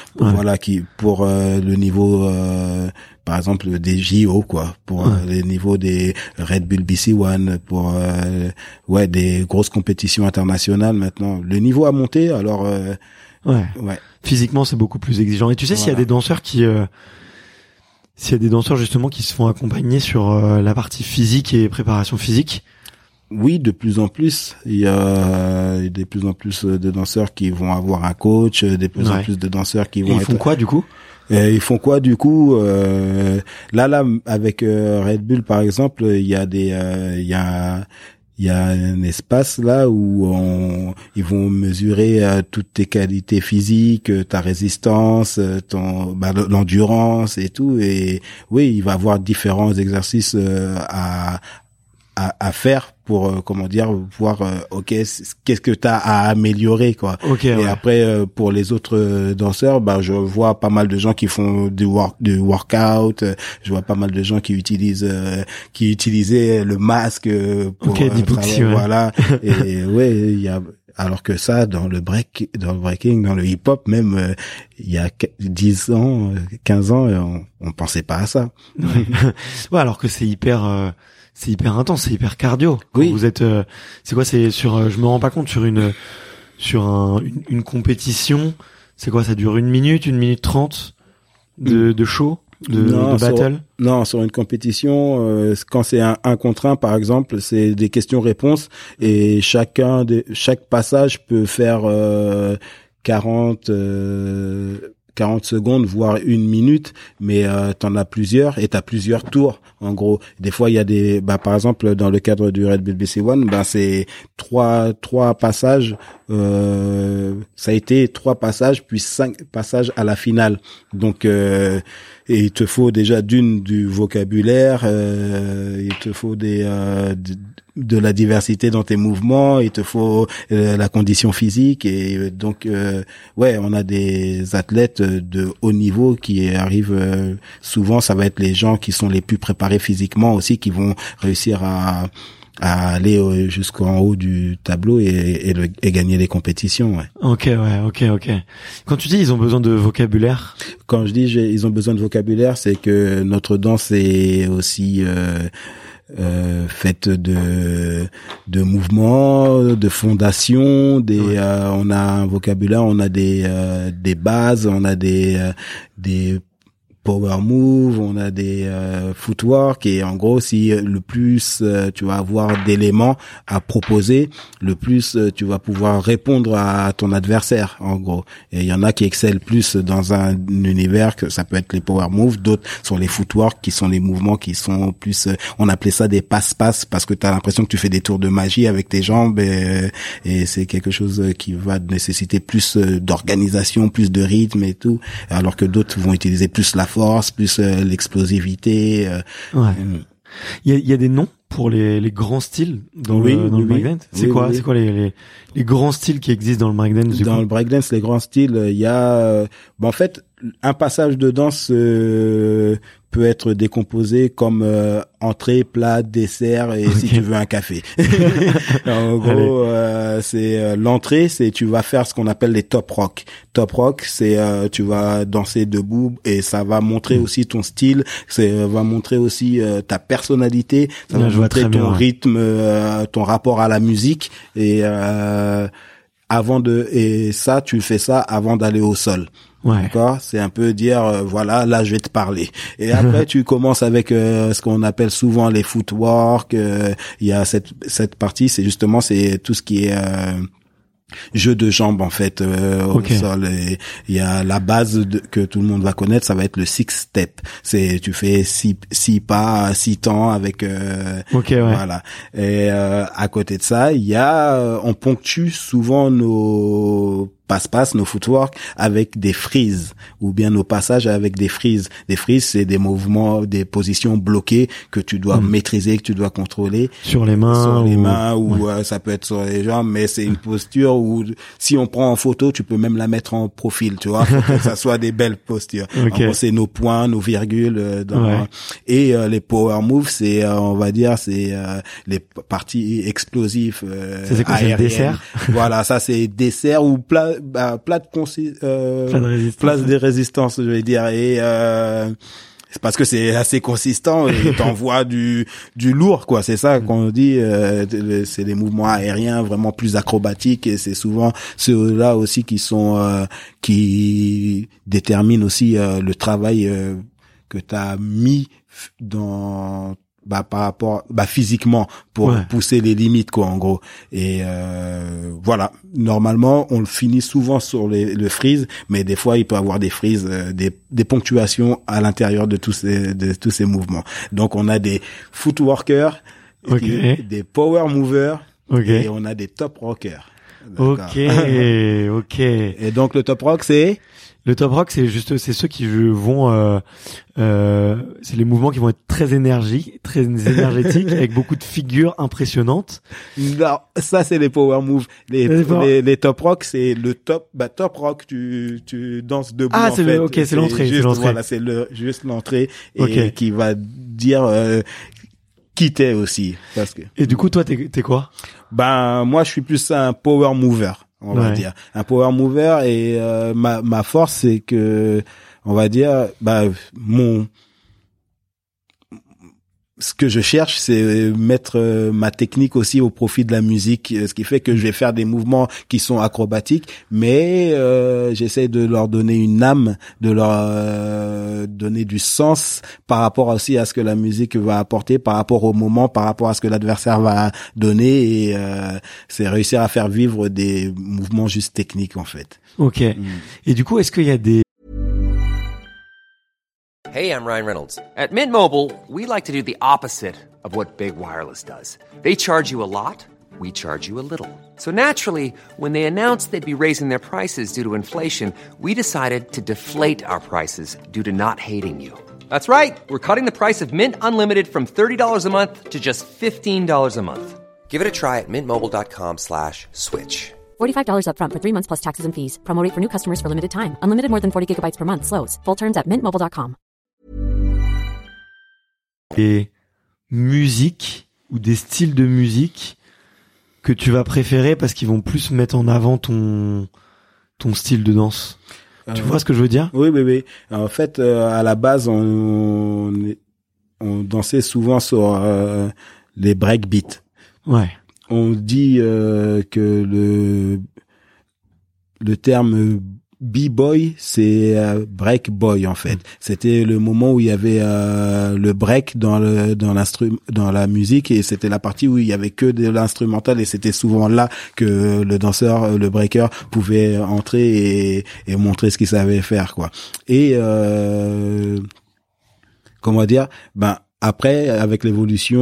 le niveau par exemple des JO pour les niveaux des Red Bull BC One, pour des grosses compétitions internationales. Maintenant le niveau a monté, alors physiquement c'est beaucoup plus exigeant. Et tu sais, s'il y a des danseurs justement qui se font accompagner sur la partie physique et préparation physique. Oui, de plus en plus. Il y a de plus en plus de danseurs qui vont avoir un coach, de plus en plus de danseurs qui vont ils font quoi du coup? Ils font quoi du coup? Là, avec Red Bull par exemple, il y a un espace là où ils vont mesurer toutes tes qualités physiques, ta résistance, l'endurance et tout. Et oui, il va y avoir différents exercices à faire pour voir qu'est-ce que t'as à améliorer et après pour les autres danseurs, je vois pas mal de gens qui font du workout, je vois pas mal de gens qui utilisaient le masque pour voilà. Et il y a, alors que ça dans le breaking, dans le hip-hop même, il y a 10 ans, 15 ans, on pensait pas à ça. Alors que c'est hyper intense, c'est hyper cardio. Quand vous êtes, c'est quoi, c'est sur, je me rends pas compte, sur une compétition, c'est quoi, ça dure 1 minute 30 de show, de battle? Non, sur une compétition, quand c'est un contre un, par exemple, c'est des questions-réponses et chaque passage peut faire 40 secondes, voire 1 minute, mais t'en as plusieurs et t'as plusieurs tours. En gros, des fois il y a par exemple dans le cadre du Red Bull BC One, c'est trois passages. Ça a été 3 passages puis 5 passages à la finale. Donc et il te faut déjà du vocabulaire, il te faut de la diversité dans tes mouvements, il te faut la condition physique, et donc on a des athlètes de haut niveau qui arrivent, souvent ça va être les gens qui sont les plus préparés physiquement aussi, qui vont réussir à aller jusqu'en haut du tableau et gagner les compétitions. Ok. Quand tu dis ils ont besoin de vocabulaire, quand je dis ils ont besoin de vocabulaire, c'est que notre danse est aussi faite de mouvements, de fondations, on a un vocabulaire, on a des bases, on a des power move, on a des footwork, et en gros si le plus tu vas avoir d'éléments à proposer, le plus tu vas pouvoir répondre à ton adversaire en gros. Et il y en a qui excellent plus dans un univers, que ça peut être les power moves, d'autres sont les footwork qui sont les mouvements qui sont plus on appelait ça des passe-passe, parce que tu as l'impression que tu fais des tours de magie avec tes jambes, et c'est quelque chose qui va nécessiter plus d'organisation, plus de rythme et tout, alors que d'autres vont utiliser plus la force, plus l'explosivité. Il y a des noms pour les grands styles dans le breakdance. C'est quoi les grands styles qui existent dans le breakdance? Dans le breakdance, les grands styles, il y a en fait un passage de danse peut être décomposé comme entrée, plat, dessert, et si tu veux un café. En gros, c'est l'entrée, c'est tu vas faire ce qu'on appelle les top rock. Top rock, c'est tu vas danser debout, et ça va montrer aussi ton style, va montrer aussi ta personnalité, ça va montrer ton rythme, ton rapport à la musique, et ça tu fais ça avant d'aller au sol. D'accord, c'est un peu dire voilà, là je vais te parler, et après tu commences avec ce qu'on appelle souvent les footwork. Il y a cette partie, c'est tout ce qui est jeu de jambes en fait au sol. Il y a la base que tout le monde va connaître, ça va être le 6 step. C'est tu fais 6 pas, 6 temps avec voilà. Et à côté de ça, il y a on ponctue souvent nos passe-passe, nos footwork avec des freezes ou bien nos passages avec des freezes. Des freezes, c'est des mouvements, des positions bloquées que tu dois maîtriser, que tu dois contrôler. Sur les mains ou ça peut être sur les jambes, mais c'est une posture où si on prend en photo, tu peux même la mettre en profil, tu vois, faut que ça soit des belles postures. En gros, c'est nos points, nos virgules et les power moves, c'est on va dire c'est les parties explosives c'est quoi, aériennes. C'est le dessert. Voilà, ça c'est dessert ou plat de résistance, je vais dire, et c'est parce que c'est assez consistant et t'envoies du lourd, quoi. C'est ça qu'on dit, c'est des mouvements aériens vraiment plus acrobatiques et c'est souvent ceux-là aussi qui déterminent aussi le travail que t'as mis dans par rapport physiquement pour pousser les limites, quoi, en gros. Et voilà, normalement on le finit souvent sur le freeze, mais des fois il peut y avoir des freezes, des ponctuations à l'intérieur de tous ces mouvements. Donc on a des footworkers, des power movers et on a des top rockers. Ok. Et donc le top rock, c'est c'est ceux qui vont c'est les mouvements qui vont être très énergiques avec beaucoup de figures impressionnantes. Non, ça c'est les power moves. Les top rock, c'est le top rock, tu danses debout. Ah, c'est l'entrée, Voilà, c'est juste l'entrée et qui va dire qui t'es aussi, parce que. Et du coup, toi t'es quoi? Moi je suis plus un power mover. On va dire un power mover et ma force c'est que on va dire ce que je cherche, c'est mettre ma technique aussi au profit de la musique, ce qui fait que je vais faire des mouvements qui sont acrobatiques, mais j'essaie de leur donner une âme, de leur donner du sens par rapport aussi à ce que la musique va apporter, par rapport au moment, par rapport à ce que l'adversaire va donner, et c'est réussir à faire vivre des mouvements juste techniques, en fait. Ok. Et du coup, est-ce qu'il y a des... Hey, I'm Ryan Reynolds. At Mint Mobile, we like to do the opposite of what Big Wireless does. They charge you a lot, we charge you a little. So naturally, when they announced they'd be raising their prices due to inflation, we decided to deflate our prices due to not hating you. That's right. We're cutting the price of Mint Unlimited from $30 a month to just $15 a month. Give it a try at mintmobile.com/switch. $45 up front for 3 months plus taxes and fees. Promo rate for new customers for limited time. Unlimited more than 40 gigabytes per month. Slows full terms at mintmobile.com. Des musiques ou des styles de musique que tu vas préférer parce qu'ils vont plus mettre en avant ton style de danse. Tu vois ce que je veux dire? Oui. En fait, à la base, on dansait souvent sur les breakbeats. Ouais. On dit que le terme B-boy, c'est break boy, en fait. C'était le moment où il y avait le break dans la musique, et c'était la partie où il y avait que de l'instrumental, et c'était souvent là que le danseur, le breaker pouvait entrer et montrer ce qu'il savait faire, quoi. Et comment dire, après, avec l'évolution,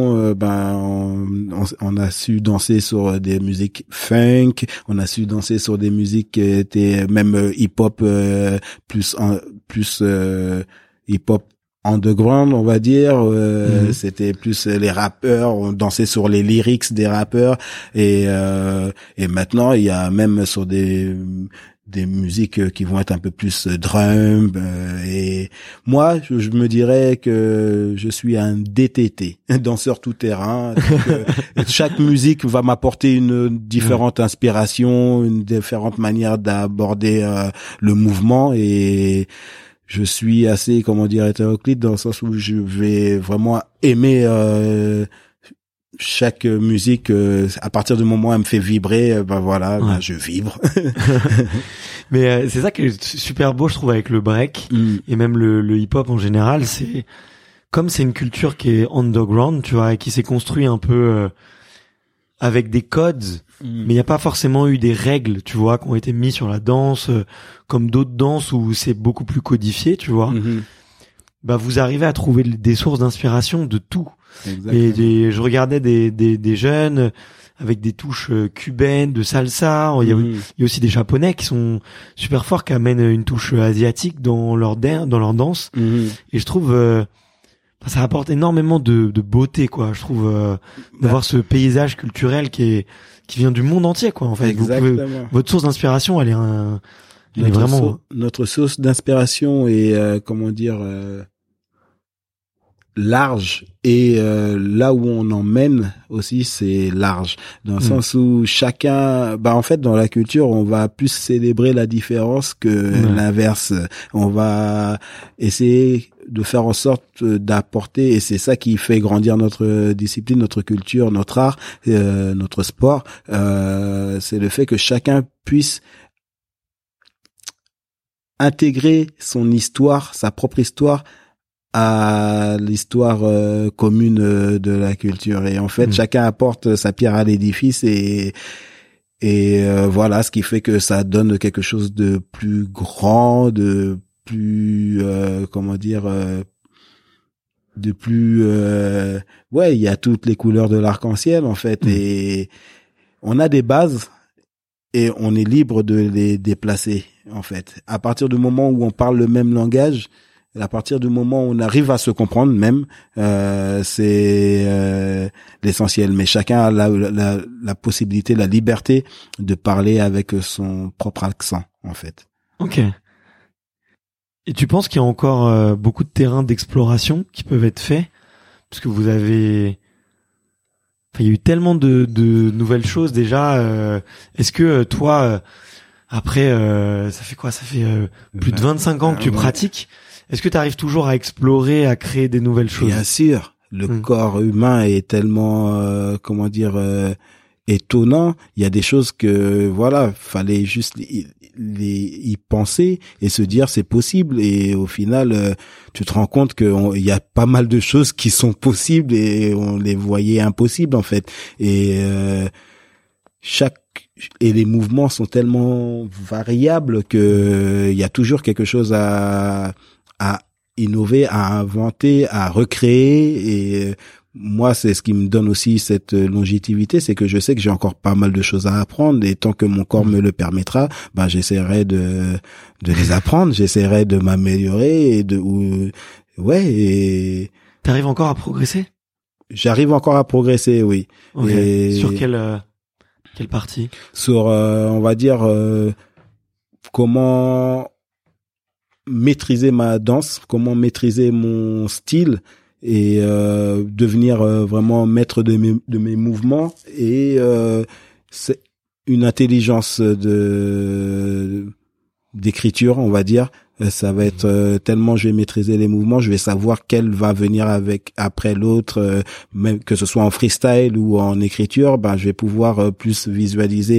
on a su danser sur des musiques funk, on a su danser sur des musiques qui étaient même hip-hop, plus hip-hop underground, on va dire. C'était plus les rappeurs, on dansait sur les lyrics des rappeurs, et maintenant il y a même sur des musiques qui vont être un peu plus drum, et moi je me dirais que je suis un DTT, danseur tout terrain. Donc, chaque musique va m'apporter une différente inspiration, une différente manière d'aborder le mouvement, et je suis assez, hétéroclite, dans le sens où je vais vraiment aimer chaque musique. À partir du moment où elle me fait vibrer, je vibre. Mais c'est ça qui est super beau, je trouve, avec le break et même le hip-hop en général. C'est comme c'est une culture qui est underground, tu vois, et qui s'est construit un peu avec des codes, mais il n'y a pas forcément eu des règles, tu vois, qui ont été mis sur la danse, comme d'autres danses où c'est beaucoup plus codifié, tu vois. Vous arrivez à trouver des sources d'inspiration de tout. Et je regardais des jeunes avec des touches cubaines, de salsa. Il y a aussi des Japonais qui sont super forts, qui amènent une touche asiatique dans leur danse. Et je trouve ça apporte énormément de beauté, quoi. Je trouve d'avoir ce paysage culturel qui vient du monde entier, quoi. En fait, votre source d'inspiration, elle est vraiment notre source d'inspiration est large, et là où on emmène aussi, c'est large, dans le sens où chacun, en fait, dans la culture, on va plus célébrer la différence que l'inverse. On va essayer de faire en sorte d'apporter, et c'est ça qui fait grandir notre discipline, notre culture, notre art, notre sport, c'est le fait que chacun puisse intégrer son histoire, sa propre histoire, à l'histoire commune de la culture. Et en fait, chacun apporte sa pierre à l'édifice, et voilà, ce qui fait que ça donne quelque chose de plus grand, de plus il y a toutes les couleurs de l'arc-en-ciel, en fait. Et on a des bases, et on est libre de les déplacer, en fait. À partir du moment où on parle le même langage, à partir du moment où on arrive à se comprendre même, c'est l'essentiel. Mais chacun a la possibilité, la liberté de parler avec son propre accent, en fait. Ok. Et tu penses qu'il y a encore beaucoup de terrains d'exploration qui peuvent être faits? Parce que vous avez... il y a eu tellement de nouvelles choses déjà. Est-ce que toi, après, ça fait quoi? Ça fait plus de 25 ans que tu pratiques. Est-ce que tu arrives toujours à explorer, à créer des nouvelles choses? Bien sûr. Le corps humain est tellement, étonnant. Il y a des choses que, fallait juste y penser et se dire c'est possible. Et au final, tu te rends compte qu'il y a pas mal de choses qui sont possibles et on les voyait impossibles, en fait. Et les mouvements sont tellement variables que il y a toujours quelque chose à innover, à inventer, à recréer. Et moi, c'est ce qui me donne aussi cette longévité, c'est que je sais que j'ai encore pas mal de choses à apprendre, et tant que mon corps me le permettra, j'essaierai de les apprendre, j'essaierai de m'améliorer et T'arrives encore à progresser? J'arrive encore à progresser, oui. Okay. Sur quelle partie? Sur, on va dire, comment maîtriser ma danse, comment maîtriser mon style, et devenir vraiment maître de mes mouvements, et c'est une intelligence d'écriture, on va dire. Ça va être tellement je vais maîtriser les mouvements, je vais savoir quel va venir après l'autre, même que ce soit en freestyle ou en écriture, je vais pouvoir plus visualiser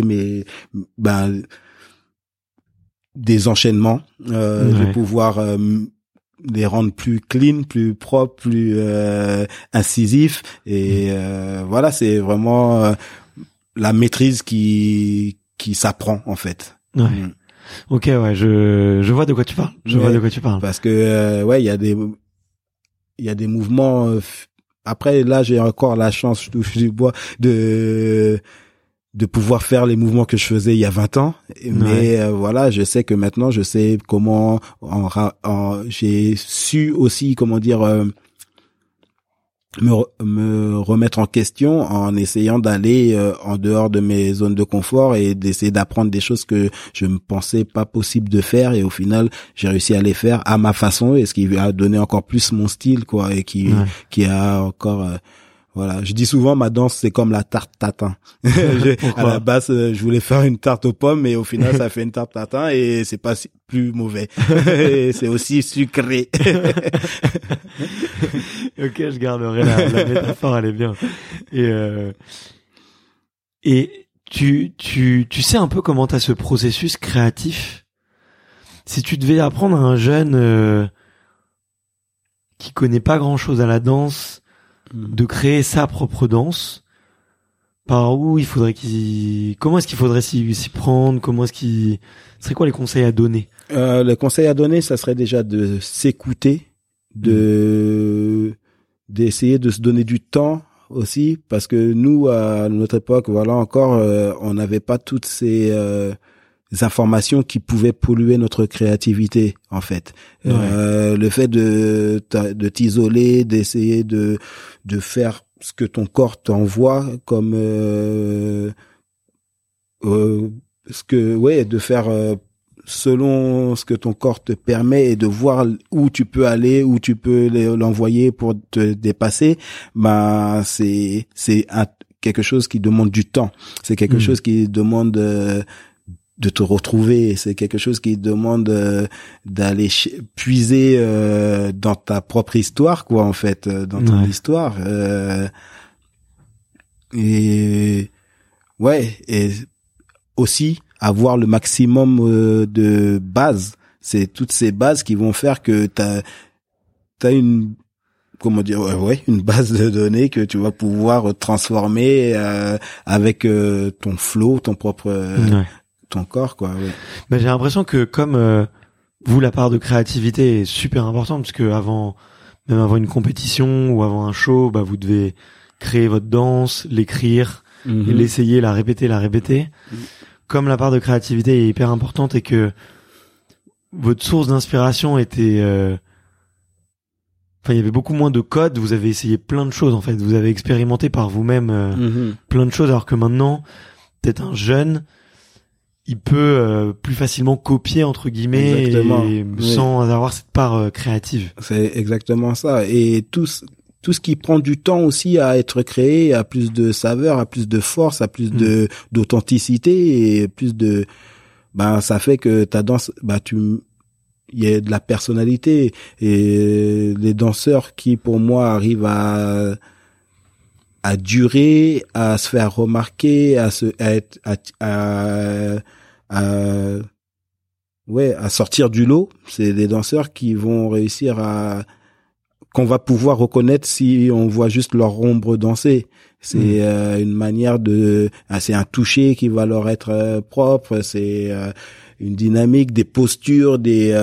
des enchaînements, je vais pouvoir les rendre plus clean, plus propres, plus incisifs, et voilà, c'est vraiment la maîtrise qui s'apprend, en fait. Ouais. Ok, ouais, je vois de quoi tu parles. Je vois de quoi tu parles. Parce que il y a des mouvements. Après, là, j'ai encore la chance, je touche du bois, de pouvoir faire les mouvements que je faisais il y a 20 ans. Mais voilà, je sais que maintenant, je sais comment j'ai su aussi, me remettre en question en essayant d'aller en dehors de mes zones de confort et d'essayer d'apprendre des choses que je me pensais pas possible de faire, et au final j'ai réussi à les faire à ma façon, et ce qui a donné encore plus mon style, quoi, et qui a encore voilà, je dis souvent ma danse c'est comme la tarte tatin. À la base je voulais faire une tarte aux pommes, mais au final ça fait une tarte tatin, et c'est pas plus mauvais. Et c'est aussi sucré. Ok, je garderai la métaphore, elle est bien. Et tu sais un peu comment t'as ce processus créatif? Si tu devais apprendre à un jeune qui connaît pas grand chose à la danse, de créer sa propre danse, par où comment est-ce qu'il faudrait s'y prendre? Ce serait quoi les conseils à donner? Les conseils à donner, ça serait déjà de s'écouter, de d'essayer de se donner du temps aussi, parce que nous, à notre époque, voilà, encore, on n'avait pas toutes ces informations qui pouvaient polluer notre créativité, en fait. Le fait de t'isoler, d'essayer de faire ce que ton corps t'envoie, comme de faire selon ce que ton corps te permet, et de voir où tu peux aller, où tu peux l'envoyer pour te dépasser, c'est quelque chose qui demande du temps. C'est quelque chose qui demande de te retrouver. C'est quelque chose qui demande d'aller puiser dans ta propre histoire, quoi, en fait, dans ton histoire. Et aussi avoir le maximum de bases. C'est toutes ces bases qui vont faire que t'as une, comment dire, une base de données que tu vas pouvoir transformer avec ton flow, ton propre ton corps, quoi. J'ai l'impression que comme vous, la part de créativité est super importante, parce que même avant une compétition ou avant un show, vous devez créer votre danse, l'écrire, et l'essayer, la répéter. Comme la part de créativité est hyper importante et que votre source d'inspiration était, il y avait beaucoup moins de codes. Vous avez essayé plein de choses, en fait. Vous avez expérimenté par vous-même plein de choses, alors que maintenant, peut-être un jeune, il peut plus facilement copier, entre guillemets, et sans avoir cette part créative. C'est exactement ça. Et tout ce qui prend du temps aussi à être créé, a plus de saveur, a plus de force, a plus d'authenticité, et plus de, ça fait que ta danse, il y a de la personnalité. Et les danseurs qui, pour moi, arrivent à durer, à se faire remarquer, à sortir du lot, c'est des danseurs qui vont réussir qu'on va pouvoir reconnaître si on voit juste leur ombre danser. C'est une manière c'est un toucher qui va leur être propre, c'est une dynamique, des postures,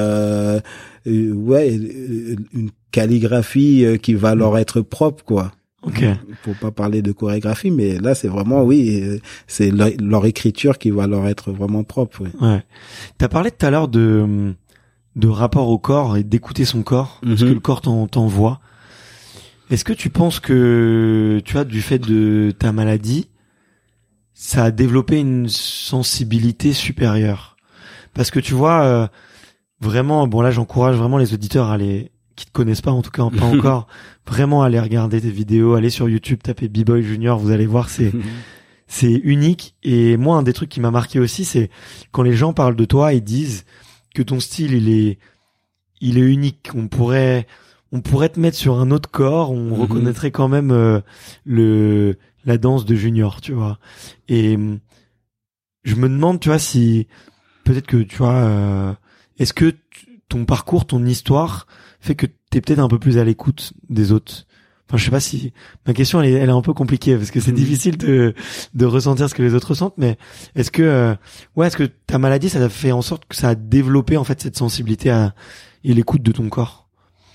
une calligraphie qui va leur être propre, quoi. Okay. Pour pas parler de chorégraphie, mais là c'est vraiment c'est leur écriture qui va leur être vraiment propre. Ouais. T'as parlé tout à l'heure de rapport au corps et d'écouter son corps, parce que le corps t'envoie. Est-ce que tu penses que, tu vois, du fait de ta maladie, ça a développé une sensibilité supérieure? Parce que tu vois, vraiment, là j'encourage vraiment les auditeurs qui te connaissent pas, en tout cas pas encore, vraiment aller regarder tes vidéos, aller sur YouTube, taper B-Boy Junior, vous allez voir, c'est unique. Et moi, un des trucs qui m'a marqué aussi, c'est quand les gens parlent de toi, ils disent que ton style, il est unique. On pourrait te mettre sur un autre corps, on reconnaîtrait quand même la danse de Junior, tu vois. Et je me demande, tu vois, si peut-être que, tu vois, est-ce que ton parcours, ton histoire fait que t'es peut-être un peu plus à l'écoute des autres? Enfin, je sais pas si ma question elle est un peu compliquée, parce que c'est difficile de ressentir ce que les autres ressentent, mais est-ce que ta maladie, ça a fait en sorte que ça a développé en fait cette sensibilité et l'écoute de ton corps?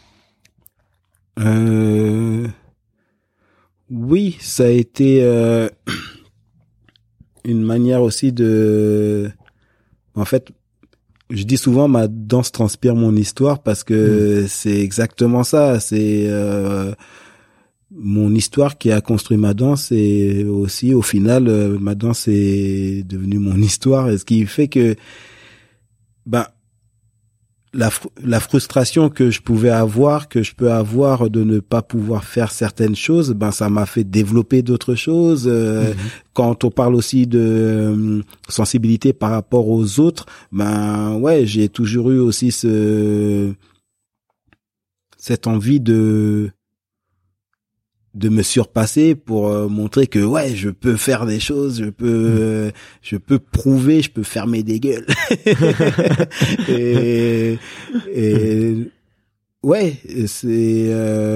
Oui, ça a été une manière aussi en fait, je dis souvent ma danse transpire mon histoire, parce que c'est exactement ça. C'est mon histoire qui a construit ma danse, et aussi au final ma danse est devenue mon histoire. Et ce qui fait que la frustration que je peux avoir de ne pas pouvoir faire certaines choses, ça m'a fait développer d'autres choses. Quand on parle aussi de sensibilité par rapport aux autres, j'ai toujours eu aussi cette envie de me surpasser pour montrer que je peux faire des choses, je peux prouver, je peux fermer des gueules. et c'est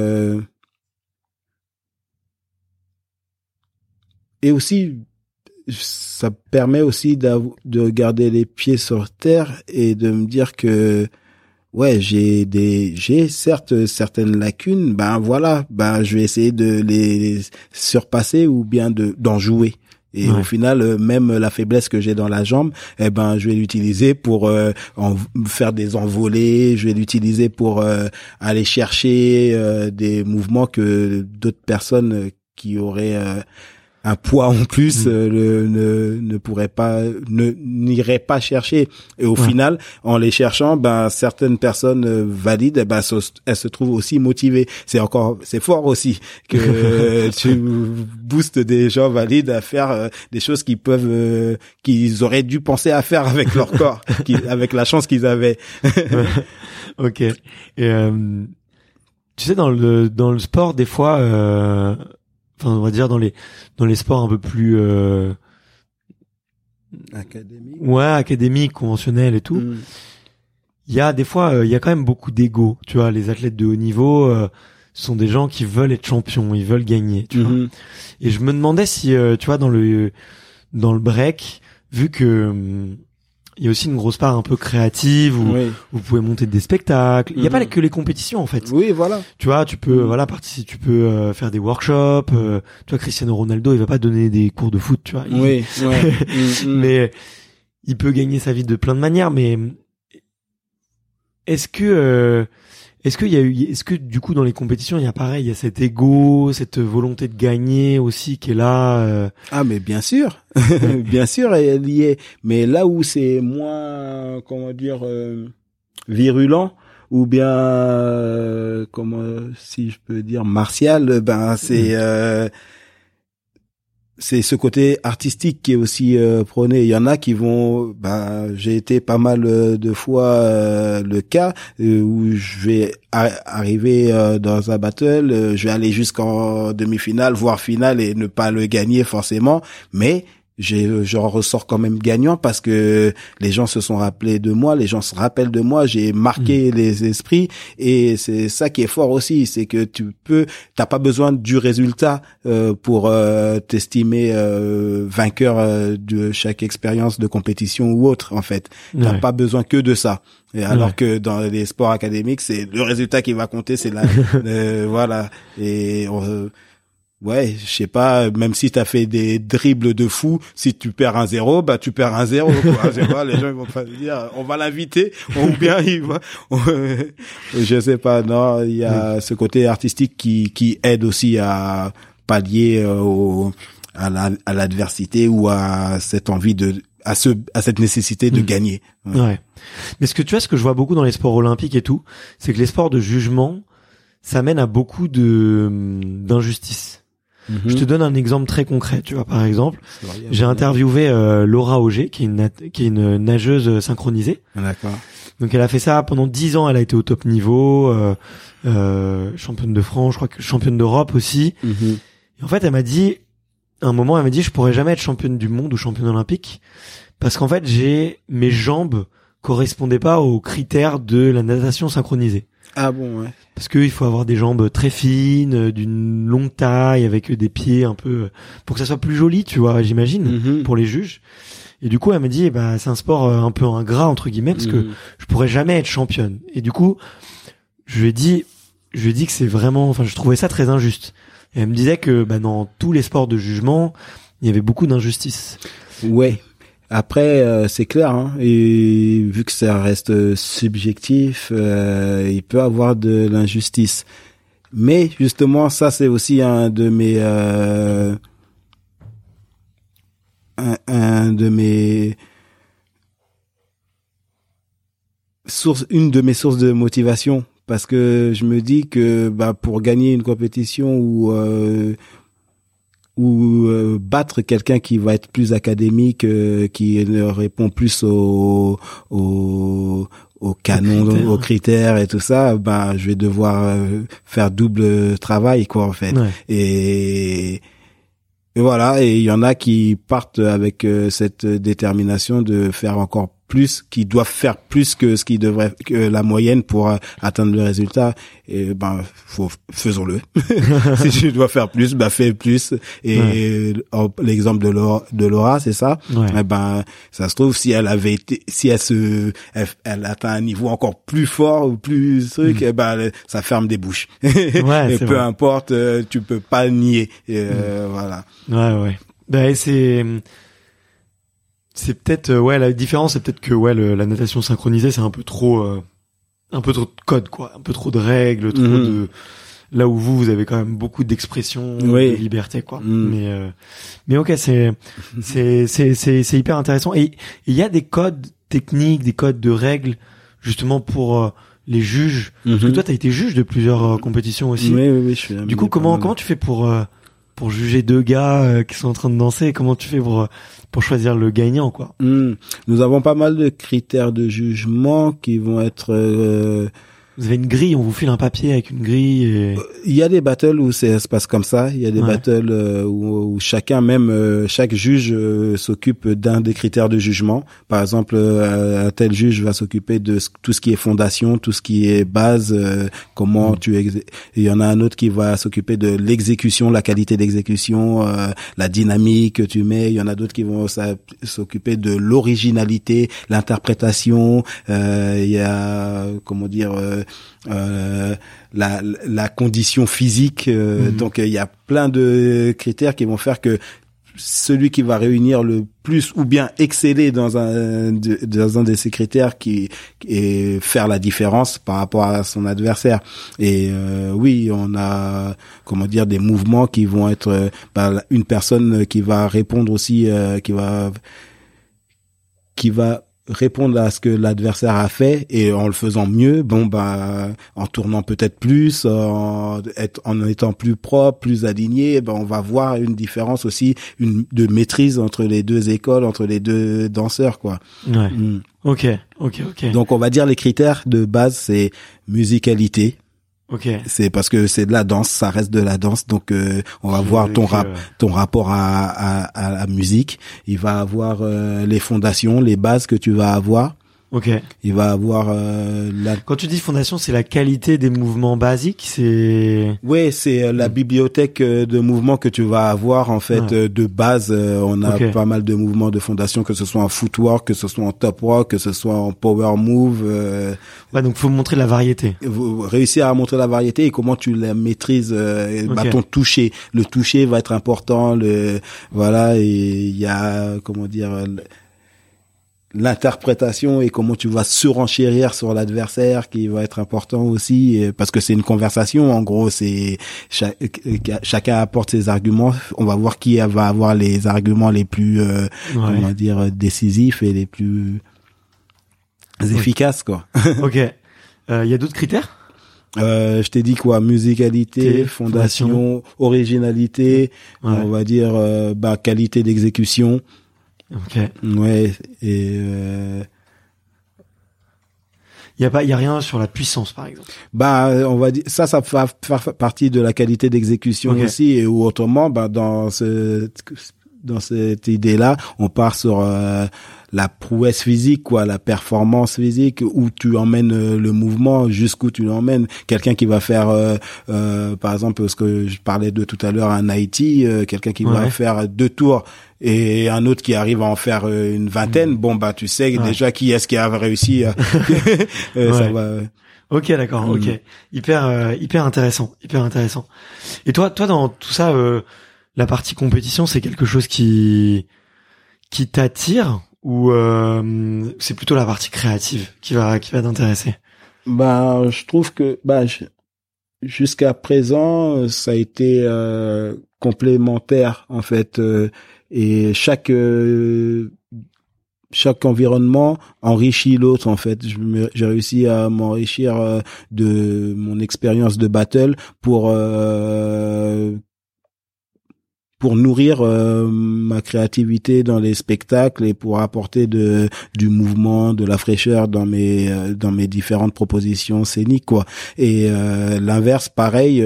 et aussi ça permet aussi de garder les pieds sur terre et de me dire que ouais, j'ai certes certaines lacunes, ben voilà, ben je vais essayer de les surpasser ou bien d'en jouer. Et au final, même la faiblesse que j'ai dans la jambe, eh ben, je vais l'utiliser pour faire des envolées. Je vais l'utiliser pour aller chercher des mouvements que d'autres personnes qui auraient un poids en plus ne pourraient pas, n'iraient pas chercher. Et au final, en les cherchant, ben certaines personnes valides, eh ben elles se trouvent aussi motivées. C'est fort aussi que tu boostes des gens valides à faire des choses qu'ils auraient dû penser à faire avec leur corps, avec la chance qu'ils avaient. Ok. Et tu sais, dans le sport, des fois. Enfin, on va dire dans les sports un peu plus académiques, conventionnels et tout. Il y a des fois il y a quand même beaucoup d'ego, tu vois, les athlètes de haut niveau sont des gens qui veulent être champions, ils veulent gagner, tu vois. Et je me demandais si tu vois dans le break, vu que il y a aussi une grosse part un peu créative où vous pouvez monter des spectacles. Il n'y a pas que les compétitions en fait. Oui, voilà. Tu vois, tu peux participer, tu peux faire des workshops. Tu vois, Cristiano Ronaldo, il va pas donner des cours de foot, tu vois. Mais il peut gagner sa vie de plein de manières. Mais est-ce que du coup dans les compétitions il y a cet ego, cette volonté de gagner aussi qui est là Ah mais bien sûr. Bien sûr elle y est, mais là où c'est moins virulent ou bien si je peux dire martial, ben c'est ce côté artistique qui est aussi prôné. Il y en a qui vont, j'ai été pas mal de fois le cas où je vais arriver dans un battle, je vais aller jusqu'en demi-finale, voire finale et ne pas le gagner forcément, mais j'en ressors quand même gagnant parce que les gens se sont rappelés de moi, les gens se rappellent de moi, j'ai marqué les esprits et c'est ça qui est fort aussi, c'est que t'as pas besoin du résultat pour t'estimer vainqueur de chaque expérience de compétition ou autre en fait. T'as pas besoin que de ça. Et alors que dans les sports académiques, c'est le résultat qui va compter, c'est voilà. Et ouais, je sais pas, même si t'as fait des dribbles de fou, si tu perds 1-0, tu perds 1-0, quoi. Je sais pas, les gens ils vont pas dire, on va l'inviter, ou bien je sais pas, non, il y a ce côté artistique qui aide aussi à pallier à l'adversité ou à cette envie à cette nécessité de gagner. Ouais. Mais ce que je vois beaucoup dans les sports olympiques et tout, c'est que les sports de jugement, ça mène à beaucoup d'injustices. Je te donne un exemple très concret, tu vois, par exemple, j'ai interviewé Laura Auger, qui est une nageuse synchronisée. D'accord. Donc elle a fait ça pendant 10 ans, elle a été au top niveau, championne de France, je crois que championne d'Europe aussi. Et en fait, elle m'a dit, à un moment, je pourrais jamais être championne du monde ou championne olympique parce qu'en fait, mes jambes correspondaient pas aux critères de la natation synchronisée. Ah bon, ouais. Parce que il faut avoir des jambes très fines, d'une longue taille, avec des pieds un peu, pour que ça soit plus joli, tu vois, j'imagine, pour les juges. Et du coup, elle me dit, c'est un sport un peu ingrat, entre guillemets, parce que je pourrais jamais être championne. Et du coup, je lui ai dit que c'est vraiment, enfin, je trouvais ça très injuste. Et elle me disait que, dans tous les sports de jugement, il y avait beaucoup d'injustices. Ouais. Après, c'est clair, hein, et vu que ça reste subjectif, il peut avoir de l'injustice. Mais justement, ça c'est aussi une de mes sources de motivation, parce que je me dis que pour gagner une compétition ou battre quelqu'un qui va être plus académique, qui répond plus aux canons, aux critères et tout ça, je vais devoir faire double travail, quoi, en fait. Ouais. Et voilà, et il y en a qui partent avec cette détermination de faire encore qui doivent faire plus que ce qui devrait, que la moyenne pour atteindre le résultat. Et faisons-le. Si tu dois faire plus, fais plus. Et l'exemple de Laura, c'est ça. Ouais. Ça se trouve, si elle atteint un niveau encore plus fort ou plus truc, ça ferme des bouches. Ouais, et peu importe, tu peux pas nier. Voilà. Ouais. C'est peut-être la différence, c'est peut-être que la natation synchronisée, c'est un peu trop de code, quoi, un peu trop de règles, trop de là où vous avez quand même beaucoup d'expression, de liberté, quoi. Mais ok, c'est hyper intéressant. Et il y a des codes techniques, des codes de règles justement pour les juges. Parce que toi, t'as été juge de plusieurs compétitions aussi. Oui, je suis. Du coup, comment tu fais pour juger deux gars qui sont en train de danser? Comment tu fais pour choisir le gagnant, quoi? Nous avons pas mal de critères de jugement qui vont être Vous avez une grille, on vous file un papier avec une grille et... Il y a des battles où ça se passe comme ça. Il y a des battles où chaque juge s'occupe d'un des critères de jugement. Par exemple, un tel juge va s'occuper de tout ce qui est fondation, tout ce qui est base, comment il y en a un autre qui va s'occuper de l'exécution, la qualité d'exécution, la dynamique que tu mets. Il y en a d'autres qui vont s'occuper de l'originalité, l'interprétation. Il y a, la condition physique, donc il y a plein de critères qui vont faire que celui qui va réunir le plus ou bien exceller dans un de ces critères et faire la différence par rapport à son adversaire. Et on a des mouvements qui vont être une personne qui va répondre aussi qui va répondre à ce que l'adversaire a fait et en le faisant mieux, en tournant peut-être plus, en étant plus propre, plus aligné, on va voir une différence aussi de maîtrise entre les deux écoles, entre les deux danseurs, quoi. Ouais. Ok. Donc on va dire les critères de base, c'est musicalité. Ok. C'est parce que c'est de la danse, ça reste de la danse, donc on va voir ton rapport à la musique. Il va avoir les fondations, les bases que tu vas avoir. Ok. Il va avoir Quand tu dis fondation, c'est la qualité des mouvements basiques, c'est... Ouais, c'est la bibliothèque de mouvements que tu vas avoir en fait de base. On a pas mal de mouvements de fondation, que ce soit en footwork, que ce soit en top rock, que ce soit en power move. Donc faut montrer la variété. Réussir à montrer la variété et comment tu la maîtrises. Ton toucher, le toucher va être important. Et il y a l'interprétation et comment tu vas surenchérir sur l'adversaire qui va être important aussi, parce que c'est une conversation. En gros, c'est chacun apporte ses arguments. On va voir qui va avoir les arguments les plus décisifs et les plus efficaces, quoi. Ok. Il y a d'autres critères? Je t'ai dit quoi? Musicalité, fondation, originalité, on va dire qualité d'exécution. Ok. Ouais, et il y a rien sur la puissance, par exemple. On va dire ça va faire partie de la qualité d'exécution aussi, et ou autrement dans cette idée-là, on part sur la prouesse physique, quoi, la performance physique, où tu emmènes le mouvement, jusqu'où tu l'emmènes. Quelqu'un qui va faire, par exemple, ce que je parlais de tout à l'heure, un Haïti, quelqu'un qui va faire 2 tours et un autre qui arrive à en faire une vingtaine, tu sais déjà qui est-ce qui a réussi. Ça va. Ok, d'accord. Ok, hyper intéressant, Et toi, dans tout ça, la partie compétition, c'est quelque chose qui t'attire ou c'est plutôt la partie créative qui va t'intéresser? Je trouve que jusqu'à présent, ça a été complémentaire en fait, et chaque environnement enrichit l'autre en fait. J'ai réussi à m'enrichir de mon expérience de battle pour nourrir ma créativité dans les spectacles et pour apporter du mouvement, de la fraîcheur dans mes différentes propositions scéniques, quoi. Et l'inverse, pareil,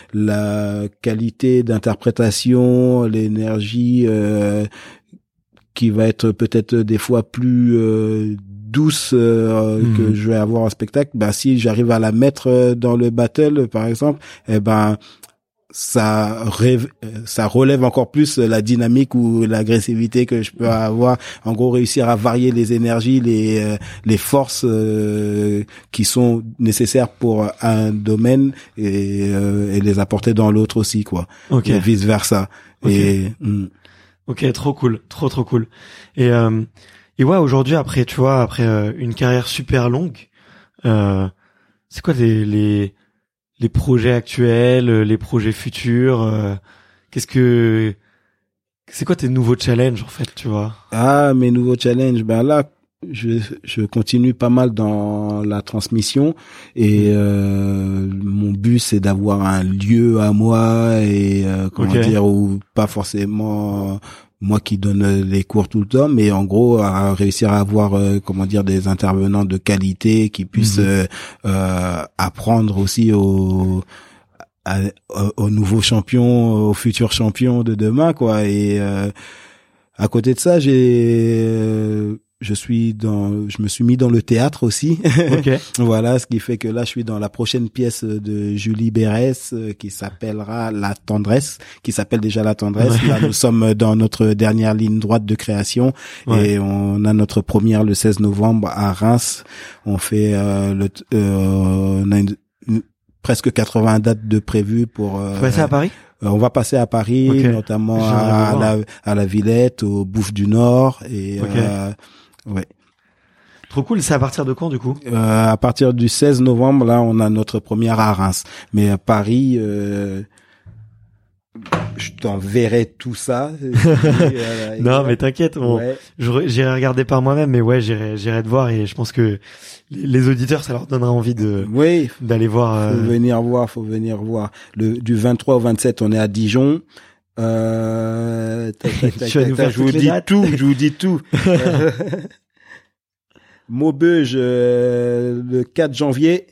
la qualité d'interprétation, l'énergie qui va être peut-être des fois plus douce que je vais avoir en spectacle, si j'arrive à la mettre dans le battle par exemple, ça relève encore plus la dynamique ou l'agressivité que je peux avoir. En gros, réussir à varier les énergies, les forces qui sont nécessaires pour un domaine et les apporter dans l'autre aussi, quoi. Okay. Et vice versa. Okay. Ok, trop cool, trop cool. Et ouais, aujourd'hui, après une carrière super longue, c'est quoi les projets actuels, les projets futurs, c'est quoi tes nouveaux challenges en fait, tu vois? Mes nouveaux challenges, là je continue pas mal dans la transmission et mon but c'est d'avoir un lieu à moi et dire, ou pas forcément moi qui donne les cours tout le temps, mais en gros à réussir à avoir des intervenants de qualité qui puissent apprendre aussi aux nouveaux champions, aux futurs champions de demain, quoi. Et à côté de ça, je me suis mis dans le théâtre aussi. Okay. Voilà, ce qui fait que là, je suis dans la prochaine pièce de Julie Berès qui s'appellera La Tendresse, qui s'appelle déjà La Tendresse. Ouais. Là, nous sommes dans notre dernière ligne droite de création et on a notre première le 16 novembre à Reims. On fait on a presque 80 dates de prévues pour passer à Paris. On va passer à Paris, notamment à la Villette, au Bouffe du Nord et ouais. Trop cool. C'est à partir de quand, du coup? À partir du 16 novembre, là, on a notre première à Reims. Mais à Paris, je t'enverrai tout ça. Non, mais t'inquiète. J'irai regarder par moi-même, mais ouais, j'irai te voir et je pense que les auditeurs, ça leur donnera envie d'aller voir. Faut venir voir. Du 23 au 27, on est à Dijon. Je vous dis tout. Maubeuge, le 4 janvier.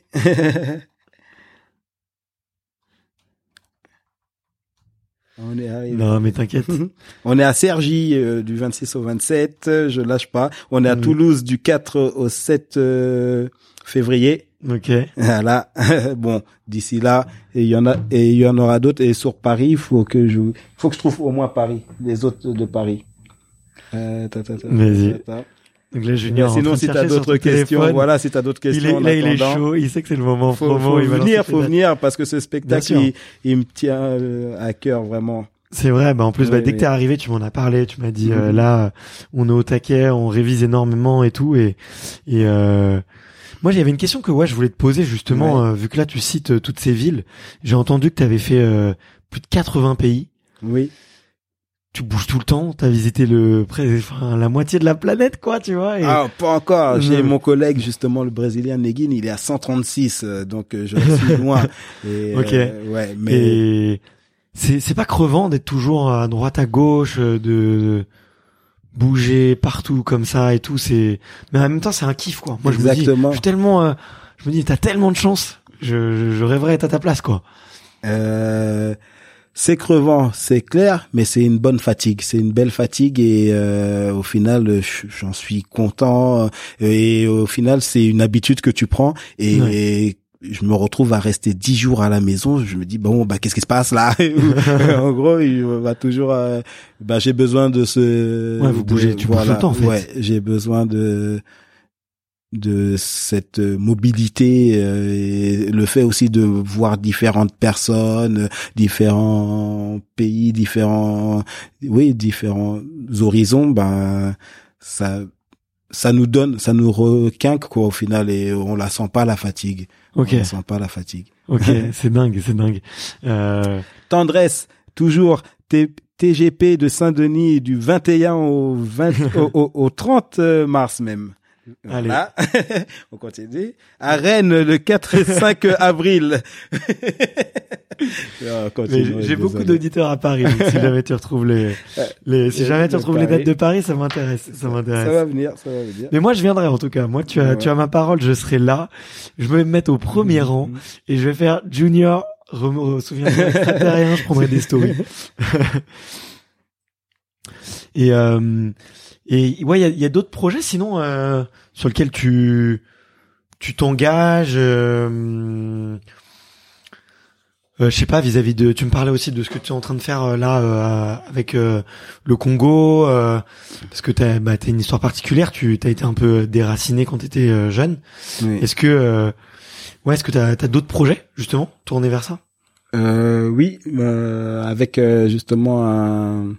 On est arrivé. Non, mais t'inquiète. On est à Cergy du 26 au 27, je lâche pas. On est à Toulouse du 4 au 7 février. Ok. Voilà. Bon, d'ici là, il y en aura d'autres. Et sur Paris, faut que je trouve au moins Paris, les autres de Paris. Vas-y. Donc là, Junior, sinon, si t'as d'autres questions, si t'as d'autres questions. Il est chaud, il sait que c'est le moment promo. Faut venir parce que ce spectacle, il me tient à cœur, vraiment. C'est vrai, en plus, dès que t'es arrivé, tu m'en as parlé, tu m'as dit, là, on est au taquet, on révise énormément et tout, et moi, j'avais une question que, je voulais te poser, justement, vu que là, tu cites toutes ces villes. J'ai entendu que t'avais fait, plus de 80 pays. Oui. Tu bouges tout le temps, t'as visité la moitié de la planète, quoi, tu vois. Pas encore. J'ai mon collègue, justement, le Brésilien Neguin, il est à 136, donc je suis loin. Et, ok. Mais. Et c'est pas crevant d'être toujours à droite, à gauche, de bouger partout comme ça et tout. Mais en même temps, c'est un kiff, quoi. Moi, Exactement. Je me dis, t'as tellement de chance. Je rêverais être à ta place, quoi. C'est crevant, c'est clair, mais c'est une bonne fatigue. C'est une belle fatigue et au final, j'en suis content. Et au final, c'est une habitude que tu prends et je me retrouve à rester 10 jours à la maison. Je me dis qu'est-ce qui se passe là? En gros, il va toujours. J'ai besoin de ce. Ouais, vous bougez, tu bouges tout le temps en fait. Ouais, j'ai besoin de cette mobilité et le fait aussi de voir différentes personnes, différents pays, différents horizons, ça nous requinque, quoi, au final, et on la sent pas, la fatigue. Ok. On la sent pas, la fatigue. Ok, c'est dingue. Tendresse, toujours TGP de Saint-Denis du 21 au 30 mars même. Voilà. On continue. À Rennes, le 4 et 5 avril. J'ai beaucoup d'auditeurs à Paris, donc si jamais tu retrouves les dates de Paris, ça m'intéresse. Ça va venir. Mais moi, je viendrai, en tout cas. Moi, tu as ma parole, je serai là. Je vais me mettre au premier rang et je vais faire Junior, souviens-toi, extraterrien, je prendrai des stories. Et ouais, il y a d'autres projets sinon sur lesquels tu t'engages. Je sais pas, vis-à-vis de, tu me parlais aussi de ce que tu es en train de faire là avec le Congo, parce que t'as une histoire particulière. T'as été un peu déraciné quand t'étais jeune. Oui. Est-ce que t'as d'autres projets justement tournés vers ça? Oui, avec justement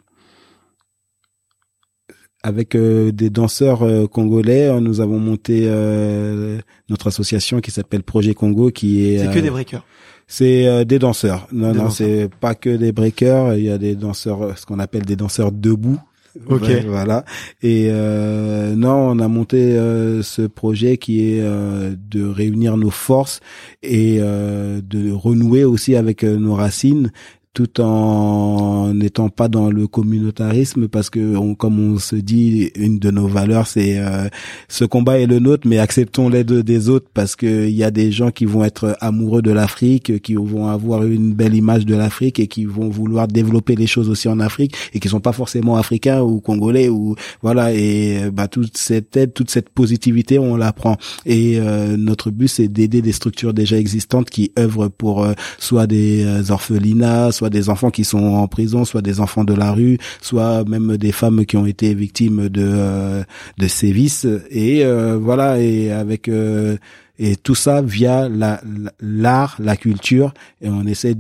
avec des danseurs congolais, nous avons monté notre association qui s'appelle Projet Congo, qui est C'est que des breakers. C'est des danseurs. Non, danseurs. C'est pas que des breakers. Il y a des danseurs, ce qu'on appelle des danseurs debout. Ok. Ouais, voilà. Et on a monté ce projet qui est de réunir nos forces et de renouer aussi avec nos racines, tout en n'étant pas dans le communautarisme, parce que comme on se dit, une de nos valeurs c'est ce combat est le nôtre, mais acceptons l'aide des autres, parce que il y a des gens qui vont être amoureux de l'Afrique, qui vont avoir une belle image de l'Afrique et qui vont vouloir développer les choses aussi en Afrique et qui sont pas forcément africains ou congolais ou voilà, et toute cette aide, toute cette positivité, on la prend. Et notre but c'est d'aider des structures déjà existantes qui œuvrent pour soit des orphelinats, soit des enfants qui sont en prison, soit des enfants de la rue, soit même des femmes qui ont été victimes de sévices, et voilà, et avec et tout ça via l'art, la culture, et on essaie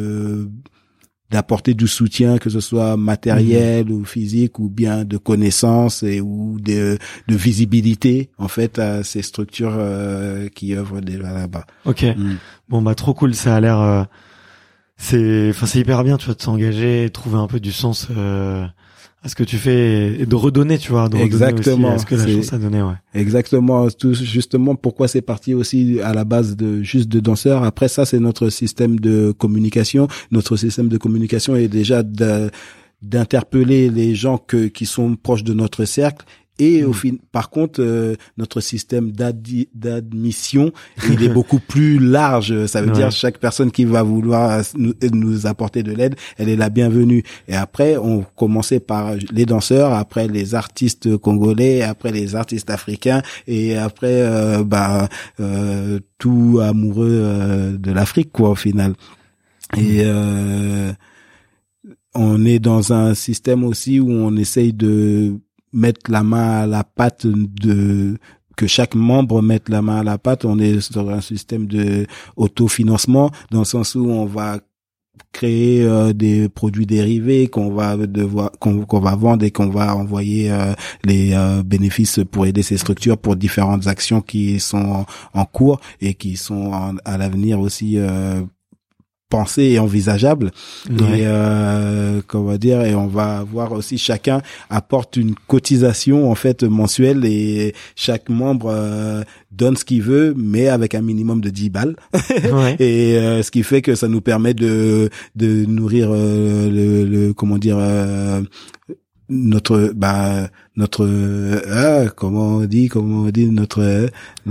d'apporter du soutien, que ce soit matériel ou physique, ou bien de connaissances ou de visibilité, en fait, à ces structures qui œuvrent déjà là-bas. Ok. Bon trop cool, ça a l'air c'est hyper bien, tu vois, de s'engager, trouver un peu du sens à ce que tu fais et de redonner, tu vois, Exactement, aussi à ce que la chance a donné, ouais. Exactement, tout justement pourquoi c'est parti aussi à la base de juste de danseurs. Après ça, c'est notre système de communication. Notre système de communication est déjà d'interpeller les gens qui sont proches de notre cercle. Et par contre, notre système d'admission, il est beaucoup plus large. Ça veut dire chaque personne qui va vouloir nous apporter de l'aide, elle est la bienvenue. Et après, on commençait par les danseurs, après les artistes congolais, après les artistes africains, et après, tout amoureux de l'Afrique, quoi, au final. Et on est dans un système aussi où on essaye de mettre la main à la pâte, que chaque membre mette la main à la pâte. On est sur un système de autofinancement, dans le sens où on va créer des produits dérivés qu'on va vendre et qu'on va envoyer les bénéfices pour aider ces structures pour différentes actions qui sont en cours et qui sont à l'avenir aussi pensé et envisageable. Et et on va avoir aussi, chacun apporte une cotisation en fait mensuelle, et chaque membre donne ce qu'il veut, mais avec un minimum de 10 balles. Et ce qui fait que ça nous permet de nourrir notre comment on dit notre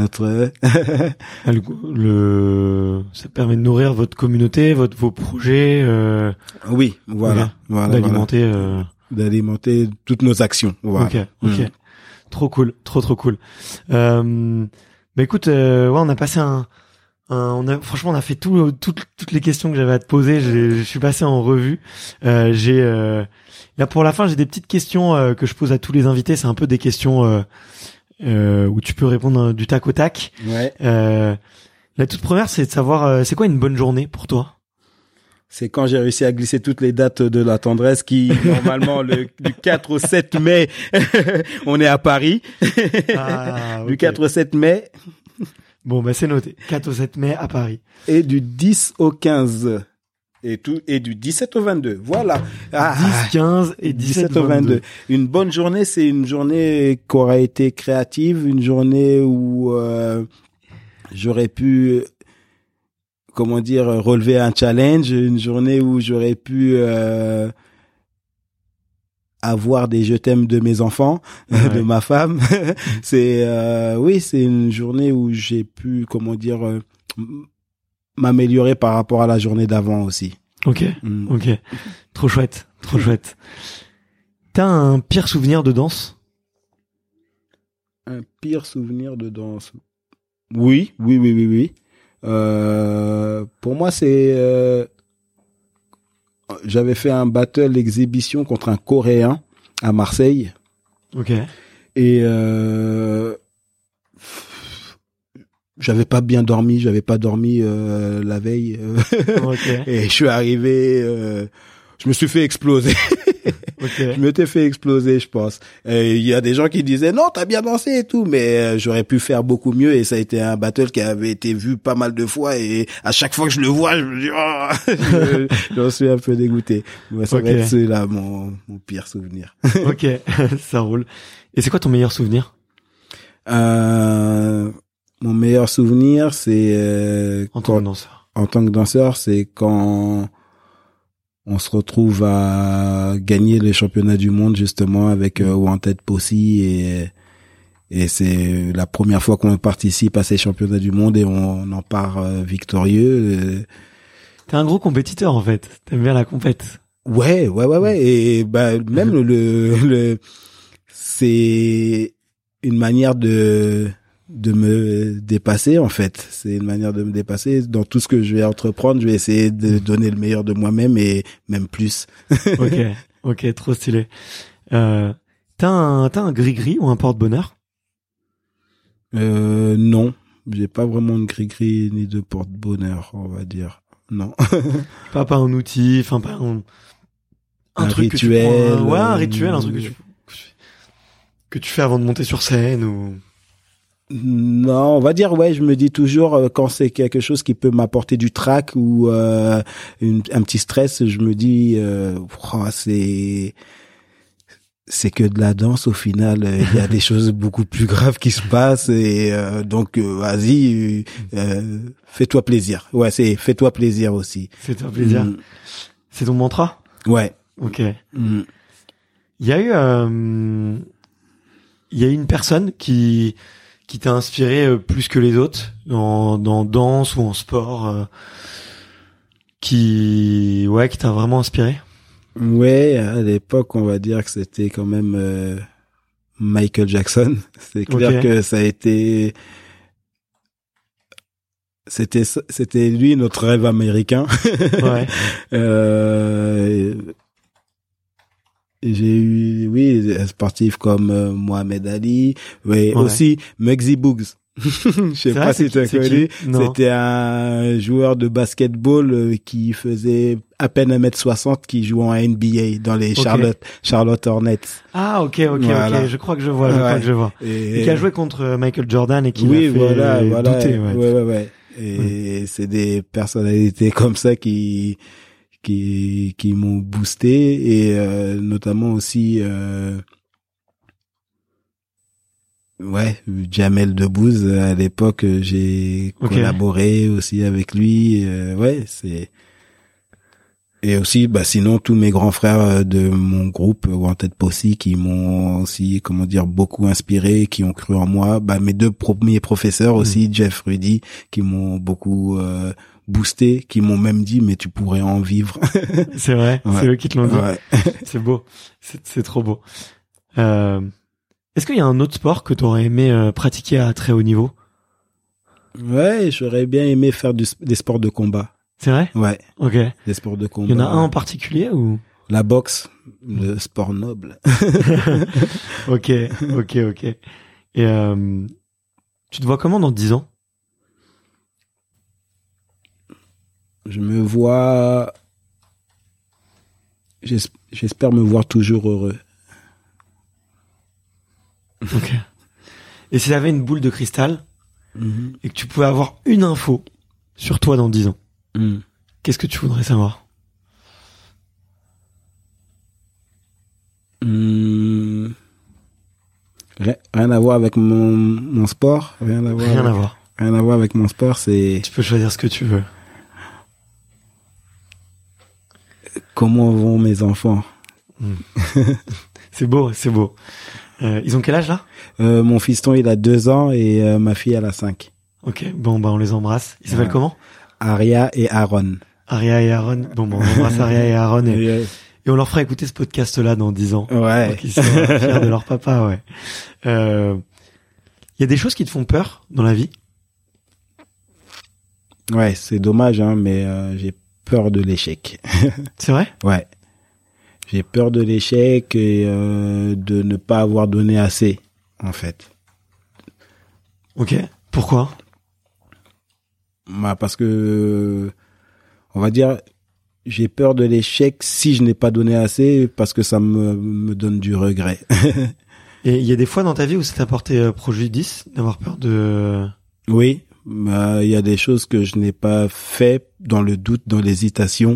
ça permet de nourrir votre communauté, vos projets, oui, voilà, d'alimenter toutes nos actions, voilà. Ok. Trop cool, trop cool. Écoute, on a passé franchement, on a fait toutes les questions que j'avais à te poser. Je suis passé en revue. Là, pour la fin, j'ai des petites questions que je pose à tous les invités. C'est un peu des questions où tu peux répondre du tac au tac. Ouais. La toute première, c'est de savoir, c'est quoi une bonne journée pour toi? C'est quand j'ai réussi à glisser toutes les dates de la tendresse qui, normalement, du 4 au 7 mai, on est à Paris. Okay. Du 4 au 7 mai. Bon, c'est noté. 4 au 7 mai à Paris. Et du 10 au 15. Et du 17 au 22. Voilà. 10, 15 et 17 au 22. Une bonne journée, c'est une journée qui aura été créative, une journée où j'aurais pu relever un challenge, une journée où j'aurais pu avoir des je t'aime de mes enfants, de ma femme. C'est c'est une journée où j'ai pu m'améliorer par rapport à la journée d'avant aussi. Ok. Trop chouette. T'as un pire souvenir de danse? Un pire souvenir de danse. Oui. Pour moi, c'est j'avais fait un battle exhibition contre un Coréen à Marseille. Ok. Et j'avais pas bien dormi, la veille. Okay. Et je suis arrivé, je me suis fait exploser. Okay. Je m'étais fait exploser, je pense. Il y a des gens qui disaient non, t'as bien dansé et tout, mais j'aurais pu faire beaucoup mieux. Et ça a été un battle qui avait été vu pas mal de fois. Et à chaque fois que je le vois, je me dis oh, j'en suis un peu dégoûté. Ouais, ça va être celui-là mon pire souvenir. Ok, ça roule. Et c'est quoi ton meilleur souvenir? Mon meilleur souvenir, c'est en tant que danseur. En tant que danseur, c'est quand on se retrouve à gagner les championnats du monde justement avec Wanted Posse et c'est la première fois qu'on participe à ces championnats du monde et on en part victorieux. T'es un gros compétiteur en fait. T'aimes bien la compète. Ouais. Et même le c'est une manière de me dépasser en fait. C'est une manière de me dépasser. Dans tout ce que je vais entreprendre, je vais essayer de donner le meilleur de moi-même et même plus. Ok, trop stylé. T'as un gris-gris ou un porte-bonheur? Non, j'ai pas vraiment de gris-gris ni de porte-bonheur, on va dire. Non. pas un outil, enfin pas un truc rituel. Un rituel, un truc que tu fais avant de monter sur scène ou... Non, on va dire je me dis toujours quand c'est quelque chose qui peut m'apporter du trac ou un petit stress, je me dis c'est que de la danse au final, il y a des choses beaucoup plus graves qui se passent et donc vas-y, fais-toi plaisir. Ouais, c'est fais-toi plaisir aussi. Fais-toi plaisir. C'est ton mantra? Ouais. OK. Il y a eu une personne qui t'a inspiré plus que les autres dans danse ou en sport, qui t'a vraiment inspiré? Ouais, à l'époque, on va dire que c'était quand même Michael Jackson. C'est clair que ça a été c'était lui notre rêve américain. Ouais. J'ai eu, des sportifs comme Mohamed Ali, aussi Muggsy Bogues. Je sais pas si tu as connu. C'était un joueur de basketball qui faisait à peine 1m60 qui jouait en NBA dans les Charlotte Hornets. Ah, ok. Je crois que je vois. Et qui a joué contre Michael Jordan et qui l'a fait douter. Ouais. Et c'est des personnalités comme ça qui m'ont boosté et notamment aussi Jamel Debbouze. À l'époque j'ai collaboré aussi avec lui. C'est et aussi sinon tous mes grands frères de mon groupe Wanted Posse qui m'ont aussi beaucoup inspiré, qui ont cru en moi. Mes deux premiers professeurs aussi, Jeff Rudy, qui m'ont beaucoup boosté, qui m'ont même dit mais tu pourrais en vivre. C'est vrai, c'est eux qui te l'ont dit. Ouais. C'est beau, c'est trop beau. Est-ce qu'il y a un autre sport que t'aurais aimé pratiquer à très haut niveau? Ouais, j'aurais bien aimé faire des sports de combat. C'est vrai? Ouais. Ok. Des sports de combat. Il y en a un en particulier ou? La boxe, le sport noble. Ok. Et tu te vois comment dans 10 ans? Je me vois... J'espère me voir toujours heureux. Ok. Et si tu avais une boule de cristal et que tu pouvais avoir une info sur toi dans 10 ans, qu'est-ce que tu voudrais savoir? Rien à voir avec mon sport. Rien à voir avec mon sport. C'est... Tu peux choisir ce que tu veux. Comment vont mes enfants? C'est beau. Ils ont quel âge là? Mon fiston il a 2 ans et ma fille elle a 5. Ok, bon on les embrasse. Ils s'appellent comment? Aria et Aaron. Aria et Aaron. Bon on embrasse Aria et Aaron Et on leur fera écouter ce podcast-là dans 10 ans. Ouais. Pour qu'ils soient fiers de leur papa, ouais. Y a des choses qui te font peur dans la vie? Ouais, c'est dommage, hein, mais j'ai peur de l'échec. C'est vrai? Ouais. J'ai peur de l'échec et de ne pas avoir donné assez, en fait. Ok. Pourquoi? Bah, parce que, on va dire, j'ai peur de l'échec si je n'ai pas donné assez, parce que ça me donne du regret. Et il y a des fois dans ta vie où ça t'a porté préjudice d'avoir peur de... Oui, bah, il y a des choses que je n'ai pas fait dans le doute, dans l'hésitation,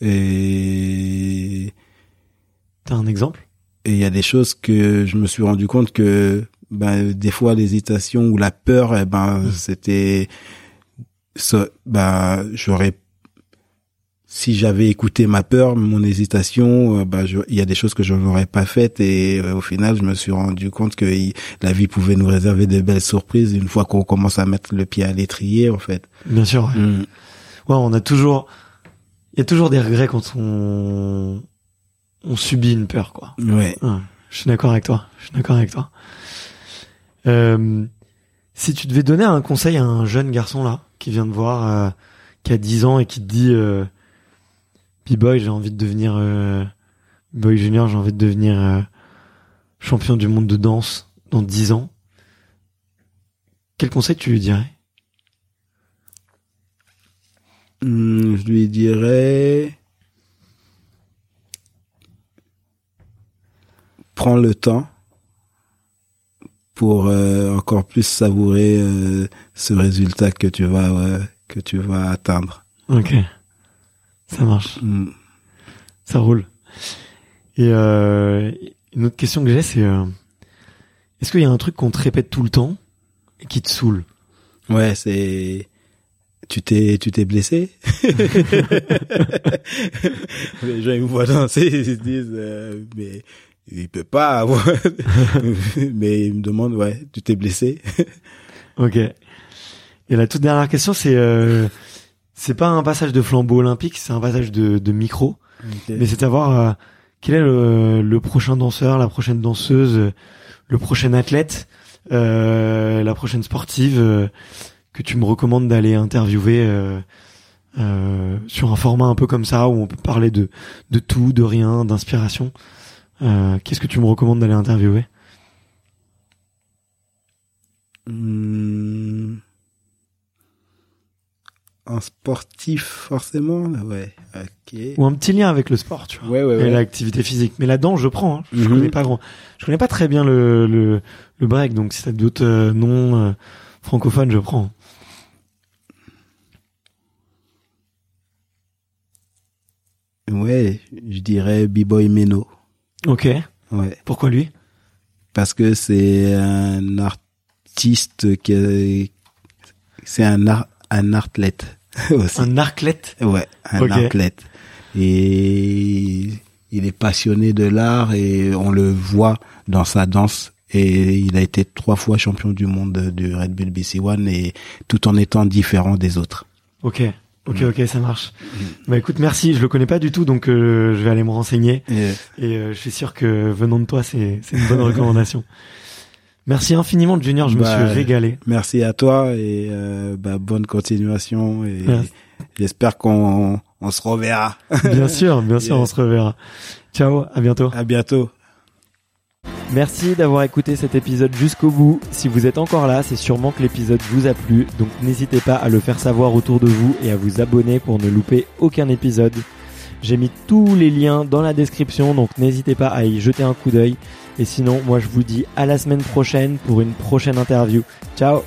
et T'as un exemple? il y a des choses que je me suis rendu compte que, ben, des fois l'hésitation ou la peur, eh ben, c'était, ça, ben, si j'avais écouté ma peur, mon hésitation, ben, il y a des choses que je n'aurais pas faites et au final, je me suis rendu compte que la vie pouvait nous réserver de belles surprises une fois qu'on commence à mettre le pied à l'étrier, en fait. Bien sûr. Ouais. Ouais, il y a toujours des regrets quand on subit une peur, quoi. Ouais. Je suis d'accord avec toi. Si tu devais donner un conseil à un jeune garçon là qui vient te voir, qui a 10 ans et qui te dit B-boy, j'ai envie de devenir B-boy junior, j'ai envie de devenir champion du monde de danse dans 10 ans. Quel conseil tu lui dirais? Je lui dirais, prends le temps pour encore plus savourer ce résultat que tu vas atteindre. Ok, ça marche, ça roule. Et une autre question que j'ai, c'est est-ce qu'il y a un truc qu'on te répète tout le temps et qui te saoule? Ouais, c'est tu t'es blessé. Les gens ils me voient danser, ils se disent mais il peut pas avoir. Mais ils me demandent, ouais, tu t'es blessé? Ok. Et la toute dernière question, c'est pas un passage de flambeau olympique, c'est un passage de micro. Okay. Mais c'est de savoir quel est le prochain danseur, la prochaine danseuse, le prochain athlète, la prochaine sportive que tu me recommandes d'aller interviewer sur un format un peu comme ça où on peut parler de tout, de rien, d'inspiration. Qu'est-ce que tu me recommandes d'aller interviewer? Un sportif, forcément, ouais. Ok. Ou un petit lien avec le sport, tu vois. Ouais. Et l'activité physique. Mais la danse, je prends. Hein. Je connais pas très bien le break, donc si t'as d'autres noms francophones, je prends. Ouais, je dirais B-Boy Meno. Ok. Ouais. Pourquoi lui? Parce que c'est un artiste c'est un athlète aussi. Un athlète? Ouais, un athlète. Et il est passionné de l'art et on le voit dans sa danse. Et il a été 3 fois champion du monde du Red Bull BC One et tout en étant différent des autres. Ok, ça marche. Bah écoute, merci. Je le connais pas du tout, donc je vais aller me renseigner. Et je suis sûr que venant de toi, c'est une bonne recommandation. Merci infiniment, Junior. Je me suis régalé. Merci à toi et bonne continuation. Et j'espère qu'on se reverra. Bien sûr, on se reverra. Ciao, à bientôt. À bientôt. Merci d'avoir écouté cet épisode jusqu'au bout. Si vous êtes encore là, c'est sûrement que l'épisode vous a plu, donc n'hésitez pas à le faire savoir autour de vous et à vous abonner pour ne louper aucun épisode. J'ai mis tous les liens dans la description, donc n'hésitez pas à y jeter un coup d'œil. Et sinon, moi je vous dis à la semaine prochaine pour une prochaine interview. Ciao!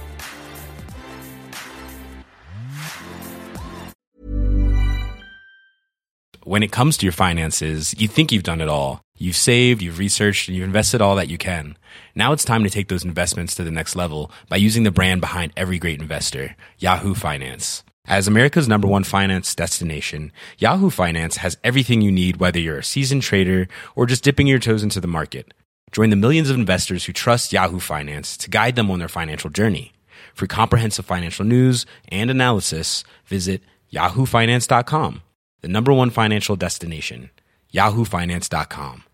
When it comes to your finances, you think you've done it all. You've saved, you've researched, and you've invested all that you can. Now it's time to take those investments to the next level by using the brand behind every great investor, Yahoo Finance. As America's #1 finance destination, Yahoo Finance has everything you need, whether you're a seasoned trader or just dipping your toes into the market. Join the millions of investors who trust Yahoo Finance to guide them on their financial journey. For comprehensive financial news and analysis, visit yahoofinance.com. The #1 financial destination, yahoofinance.com.